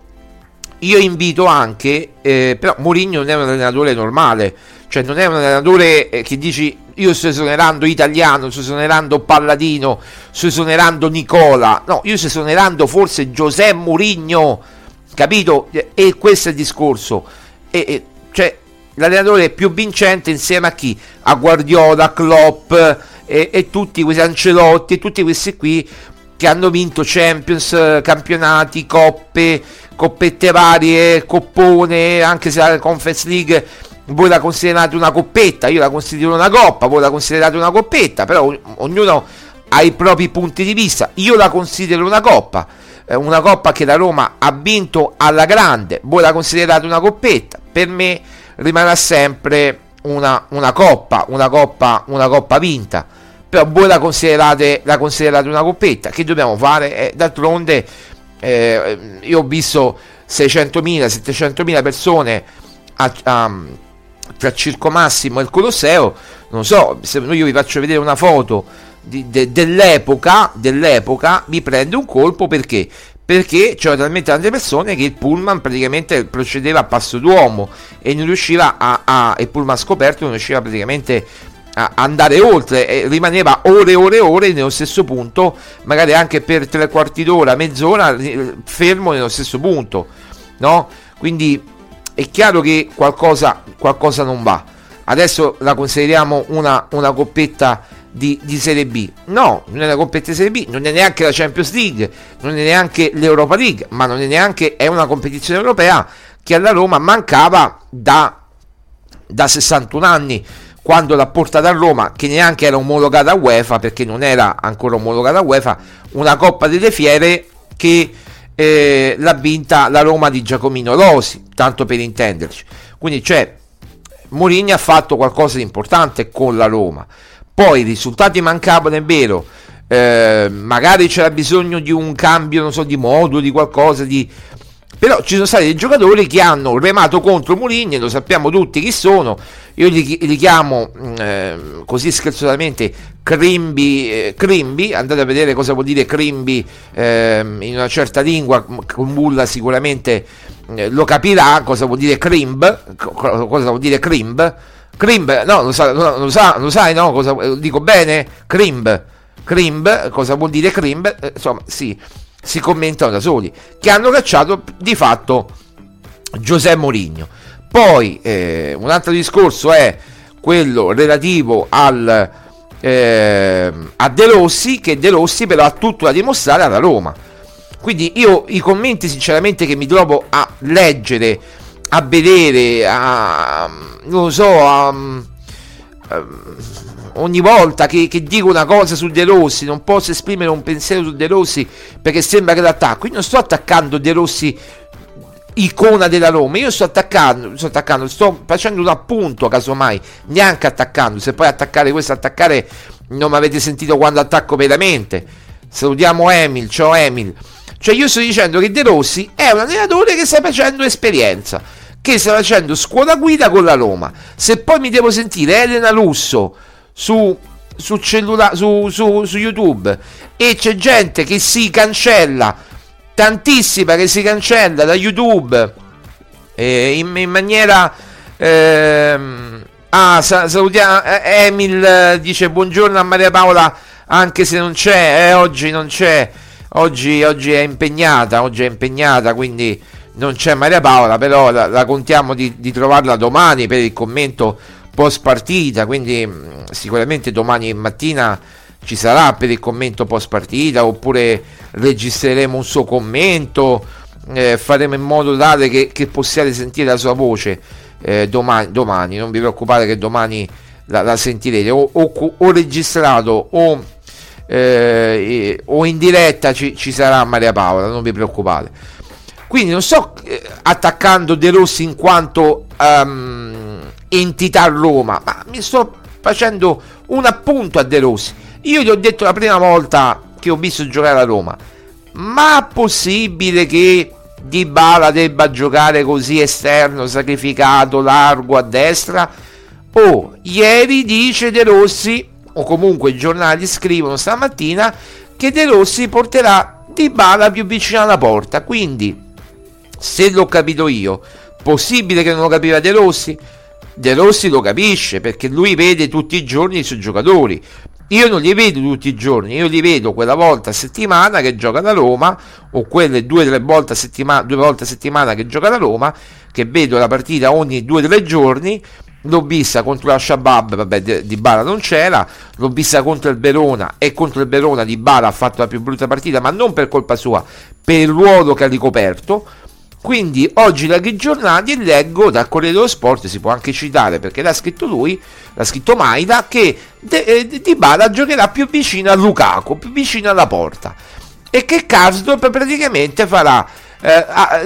io invito anche, eh, però Mourinho non è un allenatore normale, cioè non è un allenatore eh, che dici io sto esonerando Italiano, sto esonerando Palladino, sto esonerando Nicola, no, io sto esonerando forse José Mourinho, capito? E questo è il discorso, e, e, cioè l'allenatore più vincente insieme a chi? A Guardiola, Klopp e, e tutti questi Ancelotti e tutti questi qui che hanno vinto Champions, campionati, coppe, coppette varie, coppone, anche se la Conference League voi la considerate una coppetta, io la considero una coppa, voi la considerate una coppetta, però o- ognuno ha i propri punti di vista. Io la considero una coppa, eh, una coppa che la Roma ha vinto alla grande, voi la considerate una coppetta, per me rimarrà sempre una, una coppa, una coppa, una coppa vinta, però voi la considerate, la considerate una coppetta. Che dobbiamo fare? Eh, d'altronde eh, io ho visto seicentomila, settecentomila persone a, a tra Circo Massimo e il Colosseo, non so, se io vi faccio vedere una foto di, de, dell'epoca, dell'epoca, vi prende un colpo, perché? Perché c'erano talmente tante persone che il pullman praticamente procedeva a passo d'uomo e non riusciva a, a il pullman scoperto non riusciva praticamente a andare oltre, e rimaneva ore e ore e ore nello stesso punto, magari anche per tre quarti d'ora, mezz'ora, fermo nello stesso punto, no? Quindi è chiaro che qualcosa, qualcosa non va. Adesso la consideriamo una, una coppetta di, di Serie B. No, non è una coppetta di Serie B, non è neanche la Champions League, non è neanche l'Europa League, ma non è neanche, è una competizione europea che alla Roma mancava da, da sessantuno anni, quando l'ha portata a Roma, che neanche era omologata a UEFA, perché non era ancora omologata a UEFA, una Coppa delle Fiere che Eh, l'ha vinta la Roma di Giacomino Rosi, tanto per intenderci. Quindi cioè Mourinho ha fatto qualcosa di importante con la Roma, poi i risultati mancavano, è vero, eh, magari c'era bisogno di un cambio, non so, di modulo, di qualcosa di... però ci sono stati dei giocatori che hanno remato contro Mourinho, lo sappiamo tutti chi sono. Io li, li chiamo eh, così scherzosamente Crimbi, eh, Crimbi, andate a vedere cosa vuol dire Crimbi eh, in una certa lingua, con Bulla sicuramente eh, lo capirà cosa vuol dire Crimb, cosa vuol dire Crimb, Crimb, no, lo, sa, lo, sa, lo sai, no, cosa, dico bene? Crimb, Crimb, cosa vuol dire Crimb, eh, insomma, sì, si commentano da soli, che hanno cacciato di fatto José Mourinho. Poi eh, un altro discorso è quello relativo al eh, a De Rossi, che De Rossi però ha tutto da dimostrare alla Roma. Quindi io i commenti sinceramente che mi trovo a leggere, a vedere, a, non lo so, a, a, ogni volta che, che dico una cosa su De Rossi, non posso esprimere un pensiero su De Rossi perché sembra che l'attacco. Io non sto attaccando De Rossi icona della Roma, io sto attaccando, sto attaccando, sto facendo un appunto, casomai, neanche attaccando. Se poi attaccare questo, attaccare, non mi avete sentito quando attacco veramente. Salutiamo Emil, ciao Emil. Cioè io sto dicendo che De Rossi è un allenatore che sta facendo esperienza, che sta facendo scuola guida con la Roma. Se poi mi devo sentire Elena Russo su su, cellula, su, su, su YouTube e c'è gente che si cancella, tantissima che si cancella da YouTube eh, in, in maniera ehm, ah salutiamo eh, Emil eh, dice buongiorno a Maria Paola, anche se non c'è, eh, oggi non c'è, oggi, oggi è impegnata, oggi è impegnata, quindi non c'è Maria Paola, però la, la contiamo di, di trovarla domani per il commento post partita, quindi mh, sicuramente domani mattina ci sarà per il commento post partita, oppure registreremo un suo commento, eh, faremo in modo tale che, che possiate sentire la sua voce eh, domani, domani, non vi preoccupate che domani la, la sentirete o, o, o registrato o eh, o in diretta ci, ci sarà Maria Paola, non vi preoccupate. Quindi non sto eh, attaccando De Rossi in quanto um, entità Roma, ma mi sto facendo un appunto a De Rossi. Io gli ho detto la prima volta che ho visto giocare a Roma: ma è possibile che Dybala debba giocare così esterno, sacrificato, largo a destra? Oh, ieri dice De Rossi, o comunque i giornali scrivono stamattina, che De Rossi porterà Dybala più vicino alla porta. Quindi, se l'ho capito io, possibile che non lo capiva De Rossi? De Rossi lo capisce, perché lui vede tutti i giorni i suoi giocatori. Io non li vedo tutti i giorni, io li vedo quella volta a settimana che gioca da Roma, o quelle due o tre volte a settimana, due volte a settimana che gioca da Roma, che vedo la partita ogni due o tre giorni. L'ho vista contro la Shabab, vabbè, Dybala non c'era, l'ho vista contro il Verona, e contro il Verona Dybala ha fatto la più brutta partita, ma non per colpa sua, per il ruolo che ha ricoperto. Quindi oggi leggo i giornali e leggo dal Corriere dello Sport, si può anche citare perché l'ha scritto lui, l'ha scritto Maida, che De, eh, Dybala giocherà più vicino a Lukaku, più vicino alla porta, e che Karsdorp praticamente farà eh,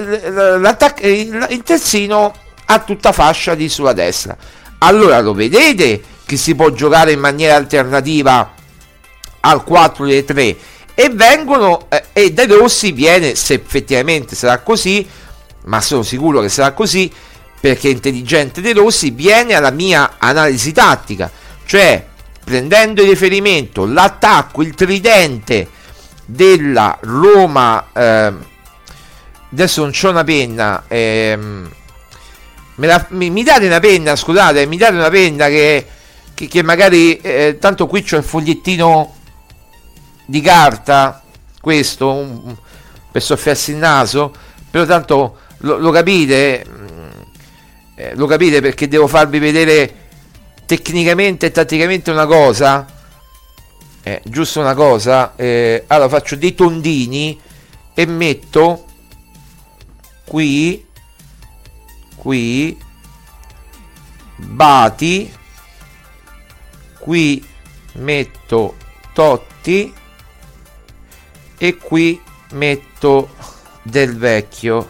il, il terzino a tutta fascia di sulla destra. Allora lo vedete che si può giocare in maniera alternativa al quattro tre, e vengono eh, e De Rossi viene, se effettivamente sarà così, ma sono sicuro che sarà così perché è intelligente De Rossi, viene alla mia analisi tattica, cioè prendendo in riferimento l'attacco, il tridente della Roma. eh, adesso non c'ho una penna, ehm, me la, mi, mi date una penna, scusate, mi date una penna che, che, che magari eh, tanto qui c'ho il fogliettino di carta, questo un, per soffiarsi il naso, però tanto lo, lo capite, eh, lo capite perché devo farvi vedere tecnicamente e tatticamente una cosa, eh, giusto una cosa. Eh, allora faccio dei tondini e metto qui qui Bati, qui metto Totti e qui metto Del Vecchio,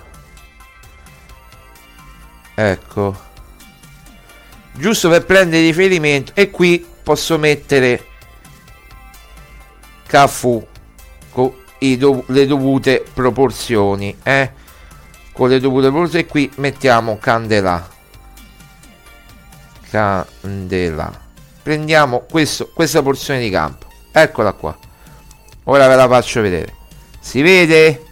ecco, giusto per prendere riferimento, e qui posso mettere Cafu con i dov- le dovute proporzioni, eh? con le dovute proporzioni, e qui mettiamo Candela Candela prendiamo questo, questa porzione di campo, eccola qua. Ora ve la faccio vedere. Si vede?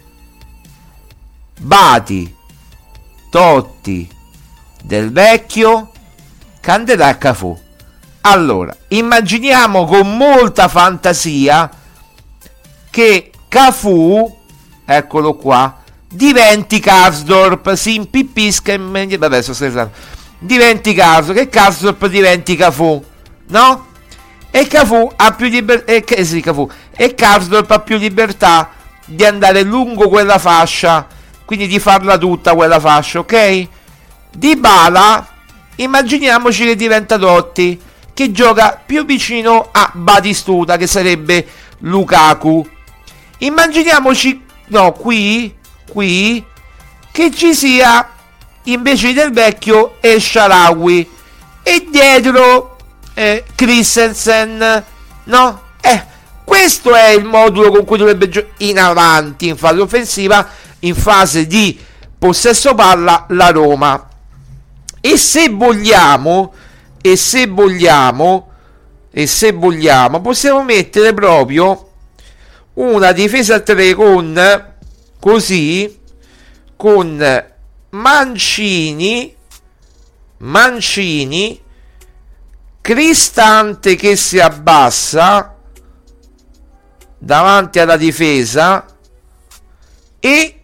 Bati, Totti, Del Vecchio, Candela e Cafu. Allora, immaginiamo con molta fantasia che Cafu, eccolo qua, diventi Karsdorp, si impippisca e vabbè, sto scherzando. Diventi Karsdorp, che Karsdorp diventi Cafu, no? E Cafu ha più libertà, e, eh, sì, Cafu e Karsdorp ha più libertà di andare lungo quella fascia, quindi di farla tutta quella fascia, ok? Dybala, immaginiamoci che diventa Totti, che gioca più vicino a Batistuta, che sarebbe Lukaku. Immaginiamoci, no, qui, qui, che ci sia invece Del Vecchio e Shaarawy, e dietro Eh, Christensen, no? Eh, questo è il modulo con cui dovrebbe giocare in avanti in fase offensiva, in fase di possesso palla la Roma. E se vogliamo, e se vogliamo, e se vogliamo, possiamo mettere proprio una difesa a tre con così, con Mancini, Mancini, Cristante che si abbassa davanti alla difesa e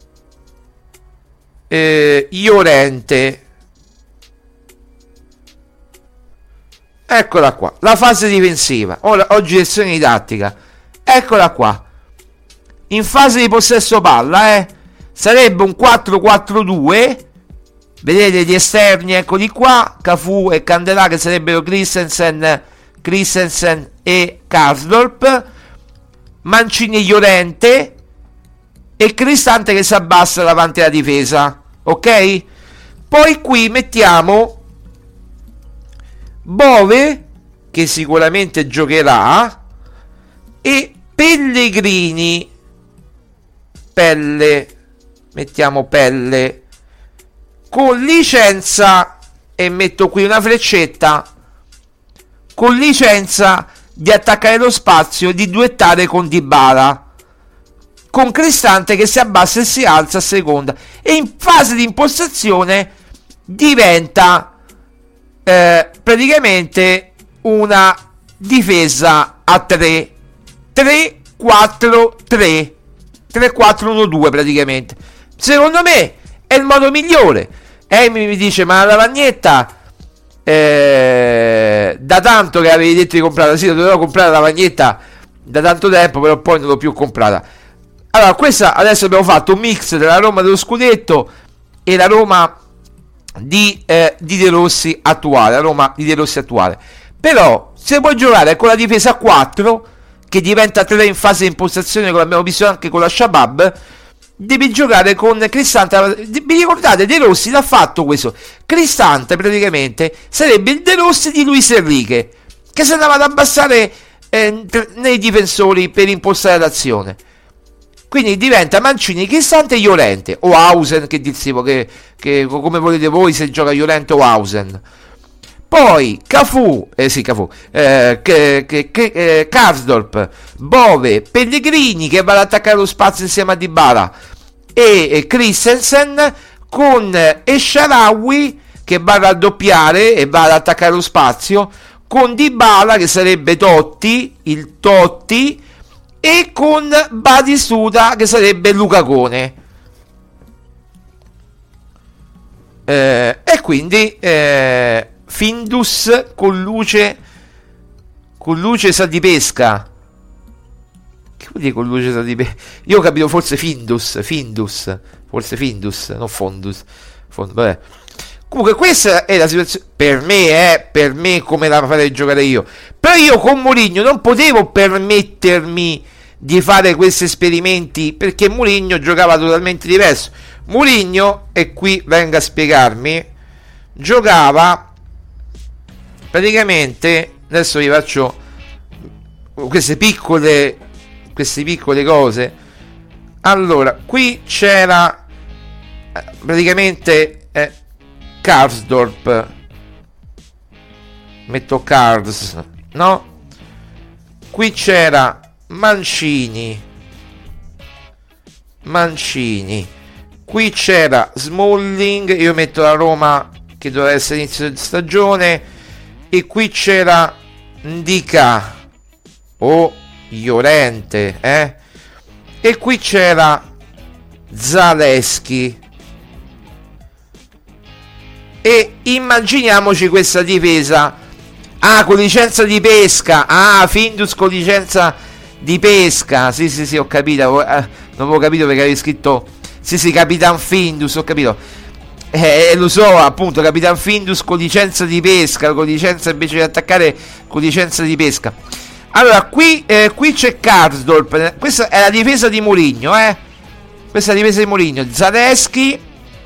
eh, Llorente. Eccola qua, la fase difensiva. Ora, oggi lezione didattica. Eccola qua. In fase di possesso palla, eh, sarebbe un quattro quattro due. Vedete gli esterni, eccoli qua, Cafu e Candela, che sarebbero Christensen, Christensen e Karsdorp. Mancini e Llorente, e Cristante che si abbassa davanti alla difesa, ok? Poi qui mettiamo Bove, che sicuramente giocherà, e Pellegrini, Pelle, mettiamo Pelle, con licenza, e metto qui una freccetta, con licenza di attaccare lo spazio, di duettare con Dybala, con Cristante che si abbassa e si alza a seconda, e in fase di impostazione diventa eh, praticamente una difesa a tre, tre quattro tre, tre quattro uno due praticamente. Secondo me è il modo migliore. Amy mi dice: ma la lavagnetta eh, da tanto che avevi detto di comprarla. Sì, dovevo comprare la lavagnetta da tanto tempo, però poi non l'ho più comprata. Allora, questa adesso abbiamo fatto un mix della Roma dello scudetto e la Roma di, eh, di De Rossi attuale, la Roma di De Rossi attuale. Però se puoi giocare con la difesa a quattro, che diventa tre in fase di impostazione, come abbiamo visto anche con la Shabab, devi giocare con Cristante. Vi ricordate, De Rossi l'ha fatto questo. Cristante praticamente sarebbe il De Rossi di Luis Enrique, che si andava ad abbassare eh, nei difensori per impostare l'azione. Quindi diventa Mancini, Cristante e Llorente, o Hausen, che dirsi, che, che come volete voi, se gioca Llorente o Hausen. Poi Cafu, eh sì Cafu, eh, che, che, che, eh, Karsdorp, Bove, Pellegrini che va ad attaccare lo spazio insieme a Dybala, e, e Christensen, con Esharawi che va a raddoppiare e va ad attaccare lo spazio, con Dybala che sarebbe Totti, il Totti, e con Batistuta che sarebbe Lucacone. Eh, e quindi eh, Findus con luce con luce sa di pesca. Che vuol dire con luce sa di pesca? Io ho capito forse Findus, Findus, forse Findus, non Fondus. Fond, vabbè. Comunque questa è la situazione per me, eh, per me come la farei giocare io. Però io con Mourinho non potevo permettermi di fare questi esperimenti, perché Mourinho giocava totalmente diverso. Mourinho, e qui venga a spiegarmi, giocava praticamente, adesso vi faccio queste piccole queste piccole cose. Allora, qui c'era praticamente eh, Karsdorp, metto Kars, no? Qui c'era Mancini Mancini qui c'era Smalling, io metto la Roma che doveva essere inizio di stagione, e qui c'era Ndika o Llorente, eh? E qui c'era Zaleschi. E immaginiamoci questa difesa, ah, con licenza di pesca, ah, Findus con licenza di pesca, sì sì sì, ho capito, eh, non avevo capito perché avevi scritto, sì sì, Capitan Findus, ho capito, eh, lo so, appunto, Capitan Findus con licenza di pesca, con licenza invece di attaccare, con licenza di pesca. Allora, qui, eh, qui c'è Karsdorp, questa è la difesa di Mourinho, eh, questa è la difesa di Mourinho, Zaleschi,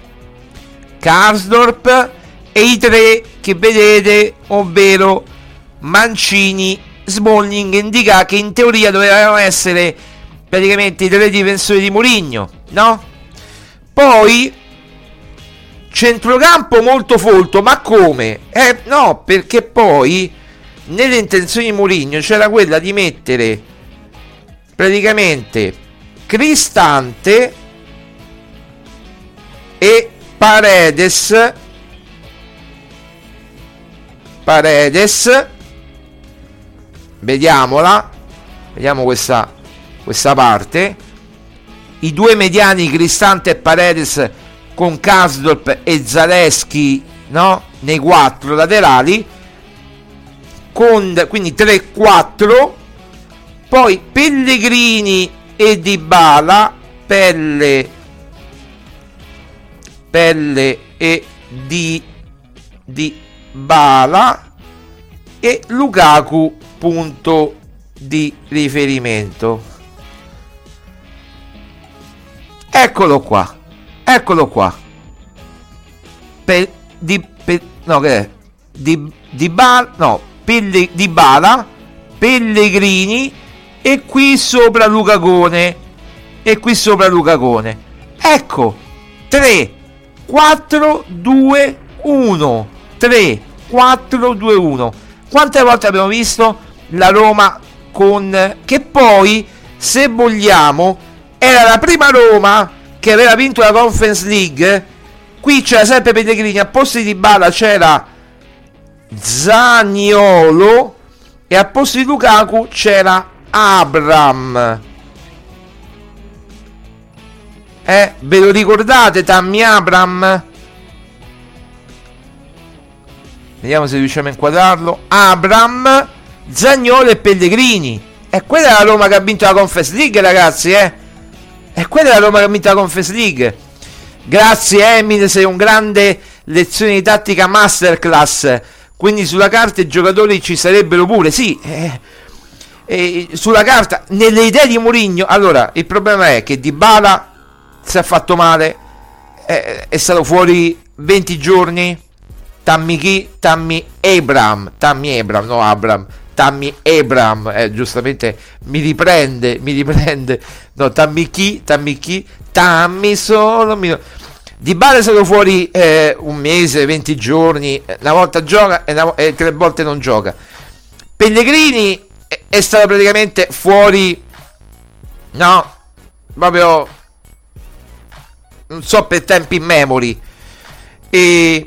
Karsdorp e i tre che vedete, ovvero Mancini, Smalling e Ndika, che in teoria dovevano essere praticamente i tre difensori di Mourinho, no? Poi centrocampo molto folto, ma come? Eh no, perché poi nelle intenzioni di Mourinho c'era quella di mettere praticamente Cristante e Paredes Paredes vediamola, vediamo questa questa parte, i due mediani Cristante e Paredes con Karsdorp e Zaleschi, no? Nei quattro laterali, con quindi tre quattro, poi Pellegrini e Dybala, Pelle Pelle e di Dybala e Lukaku punto di riferimento. Eccolo qua, eccolo qua. Pe, di, pe, no, che è? Di, di bar, no, Pelle, di Bala, Pellegrini e qui sopra Lucagone. E qui sopra Lucagone. Ecco, tre, quattro, due, uno. tre, quattro, due, uno. Quante volte abbiamo visto la Roma con... che poi, se vogliamo, era la prima Roma che aveva vinto la Conference League. Qui c'era sempre Pellegrini, a posto di Dybala c'era Zaniolo e a posto di Lukaku c'era Abraham. Eh, ve lo ricordate Tammy Abraham? Vediamo se riusciamo a inquadrarlo. Abraham, Zaniolo e Pellegrini. E quella è la Roma che ha vinto la Conference League, ragazzi, eh? E quella è la Roma che ha vinto la Conference League. Grazie Emil, sei un grande lezione di tattica masterclass. Quindi sulla carta i giocatori ci sarebbero pure, sì, eh, eh, sulla carta, nelle idee di Mourinho. Allora, il problema è che Dybala si è fatto male, eh, è stato fuori venti giorni. Tammy chi? Tammy Abraham, Tammy Abraham, no Abraham, Tammy Abraham, eh, giustamente mi riprende, mi riprende, no, Tammy chi? Tammy chi? Tammy solo, mi... Dybala è stato fuori eh, un mese, venti giorni, una volta gioca e, una, e tre volte non gioca. Pellegrini è, è stato praticamente fuori, no, proprio, non so, per tempi in memory. E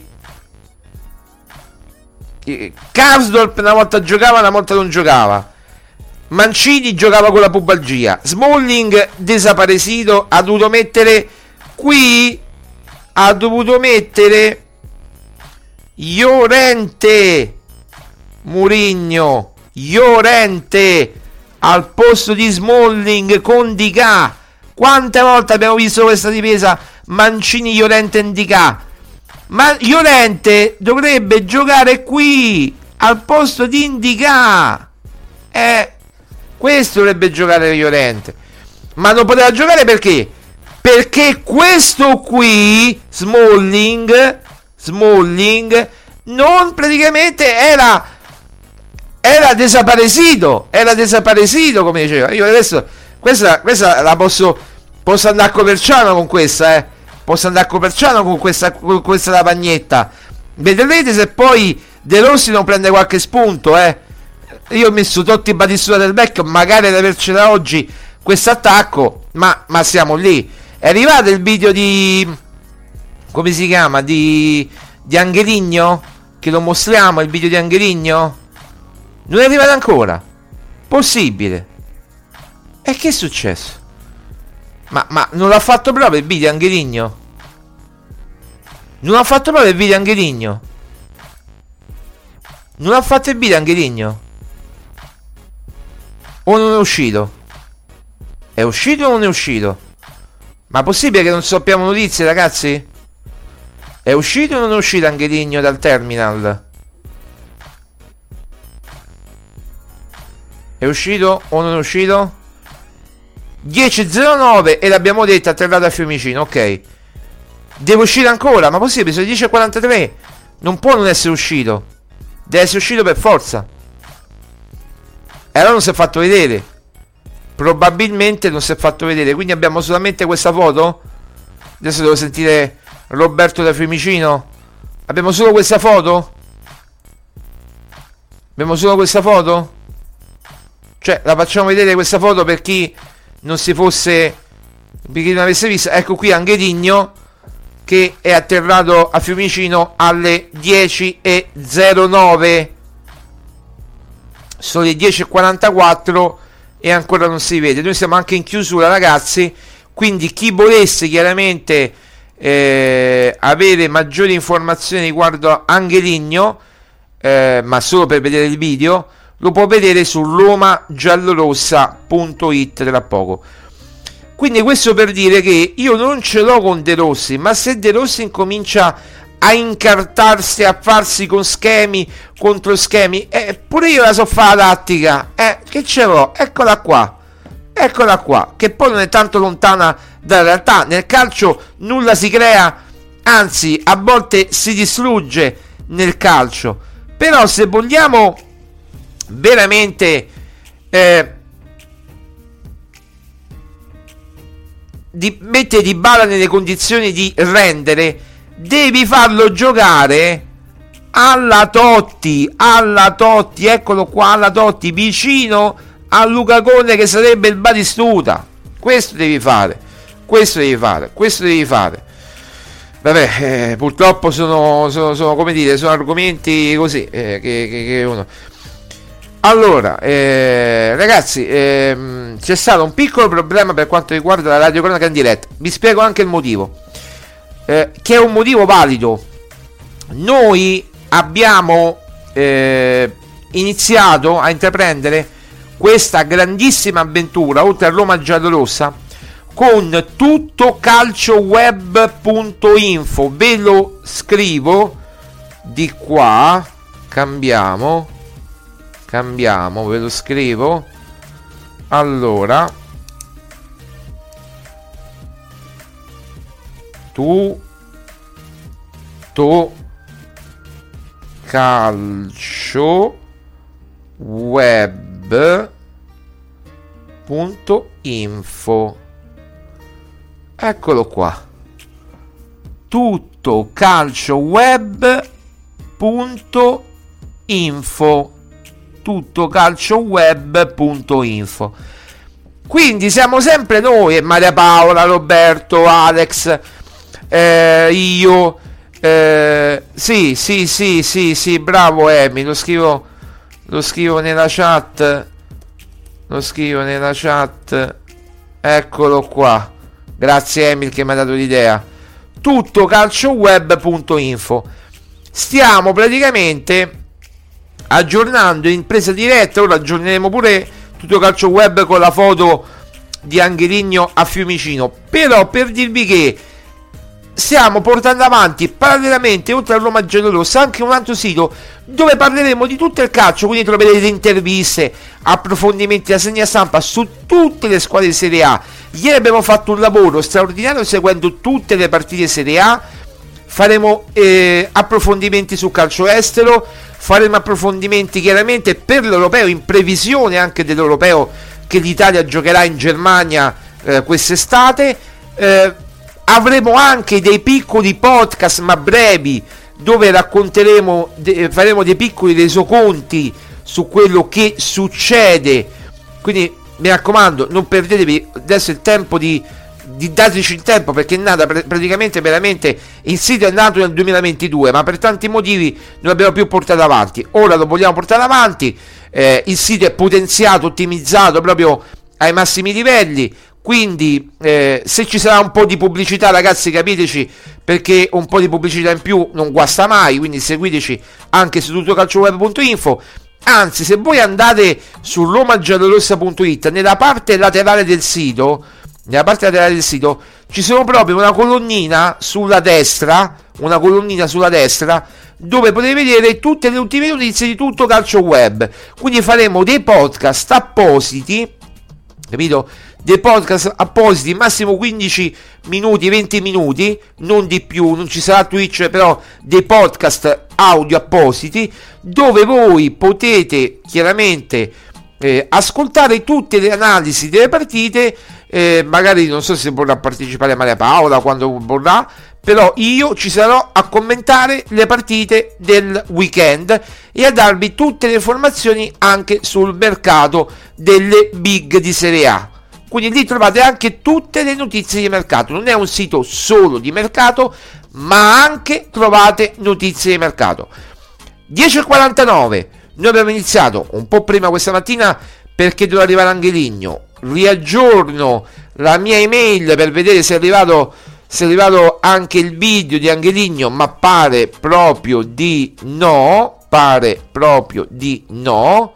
Karsdorp una volta giocava, una volta non giocava. Mancini giocava con la pubalgia. Smalling desaparecido, ha dovuto mettere qui, ha dovuto mettere Llorente, Mourinho, Llorente al posto di Smalling con Dicà. Quante volte abbiamo visto questa difesa Mancini, Llorente e Dicà? Ma Llorente dovrebbe giocare qui al posto di Indicà. Eh, questo dovrebbe giocare Llorente. Ma non poteva giocare perché? Perché questo qui, Smalling, Smalling, non praticamente era era desaparecido, era desaparecido, come diceva. Io adesso questa, questa la posso posso andare a Coverciano con questa, eh. Posso andare a Coverciano con questa, con questa lavagnetta. Vedrete se poi De Rossi non prende qualche spunto, eh. Io ho messo Totti Battistuta del Vecchio, magari ad avercela oggi questo attacco, ma, ma siamo lì. È arrivato il video di, come si chiama, di, di Angeligno, che lo mostriamo, il video di Angeligno? Non è arrivato ancora? Possibile? E che è successo? Ma, ma non l'ha fatto proprio il video Angeligno? Non ha fatto proprio il video Angeligno? Non ha fatto il video Angeligno? O non è uscito? È uscito o non è uscito? Ma possibile che non sappiamo notizie, ragazzi? È uscito o non è uscito Angeligno dal terminal? È uscito o non è uscito? dieci e zero nove e l'abbiamo detto, atterrato a Fiumicino, ok. Deve uscire ancora, ma possibile, sono le dieci e quarantatré. Non può non essere uscito. Deve essere uscito per forza. E allora non si è fatto vedere. Probabilmente non si è fatto vedere. Quindi abbiamo solamente questa foto. Adesso devo sentire Roberto da Fiumicino. Abbiamo solo questa foto? Abbiamo solo questa foto? Cioè, la facciamo vedere questa foto per chi non si fosse, per chi non avesse visto. Ecco qui Angeligno che è atterrato a Fiumicino alle dieci e zero nove. Sono le dieci e quarantaquattro e ancora non si vede. Noi siamo anche in chiusura, ragazzi, quindi chi volesse chiaramente eh, avere maggiori informazioni riguardo a Angeligno, eh, ma solo per vedere il video, lo può vedere su roma giallorossa punto it tra poco. Quindi questo per dire che io non ce l'ho con De Rossi, ma se De Rossi incomincia a incartarsi, a farsi con schemi contro schemi, eh, pure io la so fare la tattica, eh, che ce l'ho, eccola qua, eccola qua, che poi non è tanto lontana dalla realtà. Nel calcio nulla si crea, anzi a volte si distrugge nel calcio. Però se vogliamo veramente eh, di mettere Dybala nelle condizioni di rendere, devi farlo giocare alla Totti, alla Totti, eccolo qua, alla Totti, vicino a Luca Conte che sarebbe il Batistuta. Questo devi fare, questo devi fare, questo devi fare. Vabbè, eh, purtroppo sono, sono, sono, come dire, sono argomenti così, eh, che, che, che uno... Allora, eh, ragazzi, ehm, c'è stato un piccolo problema per quanto riguarda la radiocronaca in diretta. Vi spiego anche il motivo, eh, che è un motivo valido. Noi abbiamo eh, iniziato a intraprendere questa grandissima avventura, oltre a Roma giallorossa, con tuttocalcioweb punto info. Ve lo scrivo di qua, cambiamo cambiamo ve lo scrivo. Allora, tu to calcio web punto info, eccolo qua, tuttocalcioweb punto info, tuttocalcioweb punto info. Quindi siamo sempre noi, Maria Paola, Roberto, Alex, eh, io, eh, sì, sì, sì, sì, sì, bravo Emi, lo scrivo, lo scrivo nella chat, lo scrivo nella chat, eccolo qua, grazie Emil che mi ha dato l'idea, tuttocalcioweb punto info. Stiamo praticamente aggiornando in presa diretta, ora aggiorneremo pure Tutto Calcio Web con la foto di Angeligno a Fiumicino, però per dirvi che stiamo portando avanti parallelamente, oltre a Roma giallorossa, anche un altro sito dove parleremo di tutto il calcio, quindi troverete interviste, approfondimenti, la segna stampa su tutte le squadre di Serie A. Ieri abbiamo fatto un lavoro straordinario seguendo tutte le partite Serie A, faremo eh, approfondimenti sul calcio estero, faremo approfondimenti chiaramente per l'europeo, in previsione anche dell'europeo che l'Italia giocherà in Germania eh, quest'estate. Eh, avremo anche dei piccoli podcast ma brevi dove racconteremo, de- faremo dei piccoli resoconti su quello che succede, quindi mi raccomando non perdetevi, adesso è il tempo di, di dateci il tempo, perché è nata pr- praticamente veramente, il sito è nato nel duemilaventidue ma per tanti motivi non l'abbiamo più portato avanti, ora lo vogliamo portare avanti. Eh, il sito è potenziato, ottimizzato proprio ai massimi livelli, quindi eh, se ci sarà un po' di pubblicità, ragazzi, capiteci, perché un po' di pubblicità in più non guasta mai, quindi seguiteci anche su tuttocalcioweb punto info. Anzi, se voi andate su romagiallorossa punto it, nella parte laterale del sito, nella parte laterale del sito ci sono proprio una colonnina sulla destra, una colonnina sulla destra dove potete vedere tutte le ultime notizie di Tutto Calcio Web. Quindi faremo dei podcast appositi, capito? Dei podcast appositi, massimo quindici minuti, venti minuti, non di più, non ci sarà Twitch, però dei podcast audio appositi dove voi potete chiaramente eh, ascoltare tutte le analisi delle partite. Eh, magari non so se vorrà partecipare Maria Paola, quando vorrà, però io ci sarò a commentare le partite del weekend e a darvi tutte le informazioni anche sul mercato delle big di Serie A. Quindi lì trovate anche tutte le notizie di mercato, non è un sito solo di mercato, ma anche trovate notizie di mercato. dieci e quarantanove, noi abbiamo iniziato un po' prima questa mattina perché doveva arrivare Angeligno. Riaggiorno la mia email per vedere se è arrivato, se è arrivato anche il video di Angeligno, ma pare proprio di no, pare proprio di no.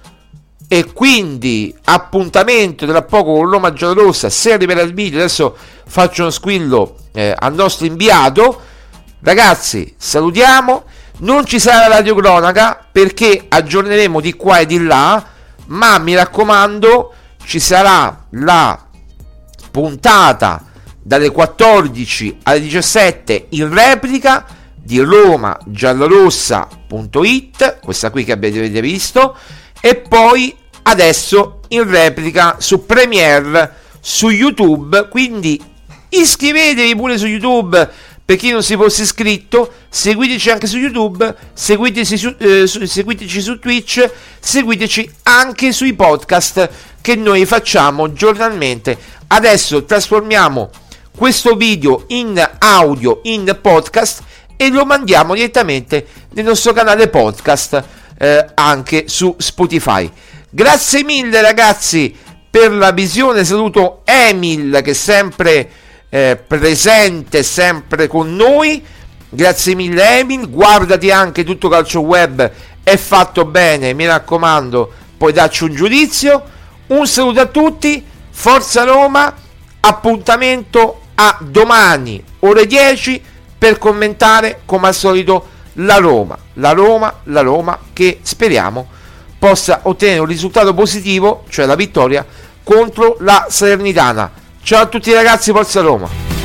E quindi appuntamento tra poco con Roma giallorossa, se arriverà il video. Adesso faccio uno squillo eh, al nostro inviato. Ragazzi, salutiamo. Non ci sarà la radiocronaca perché aggiorneremo di qua e di là, ma mi raccomando ci sarà la puntata dalle quattordici alle diciassette in replica di roma giallorossa punto it, questa qui che avete visto, e poi adesso in replica su Premiere su YouTube, quindi iscrivetevi pure su YouTube per chi non si fosse iscritto, seguiteci anche su YouTube, seguiteci su, eh, su, seguiteci su Twitch, seguiteci anche sui podcast che noi facciamo giornalmente. Adesso trasformiamo questo video in audio, in podcast, e lo mandiamo direttamente nel nostro canale podcast eh, anche su Spotify. Grazie mille ragazzi per la visione, saluto Emil che è sempre eh, presente, sempre con noi, grazie mille Emil, guardati anche Tutto Calcio Web, è fatto bene, mi raccomando, poi dacci un giudizio. Un saluto a tutti, forza Roma, appuntamento a domani ore dieci per commentare come al solito la Roma, la Roma, la Roma che speriamo possa ottenere un risultato positivo, cioè la vittoria contro la Salernitana. Ciao a tutti ragazzi, forza Roma.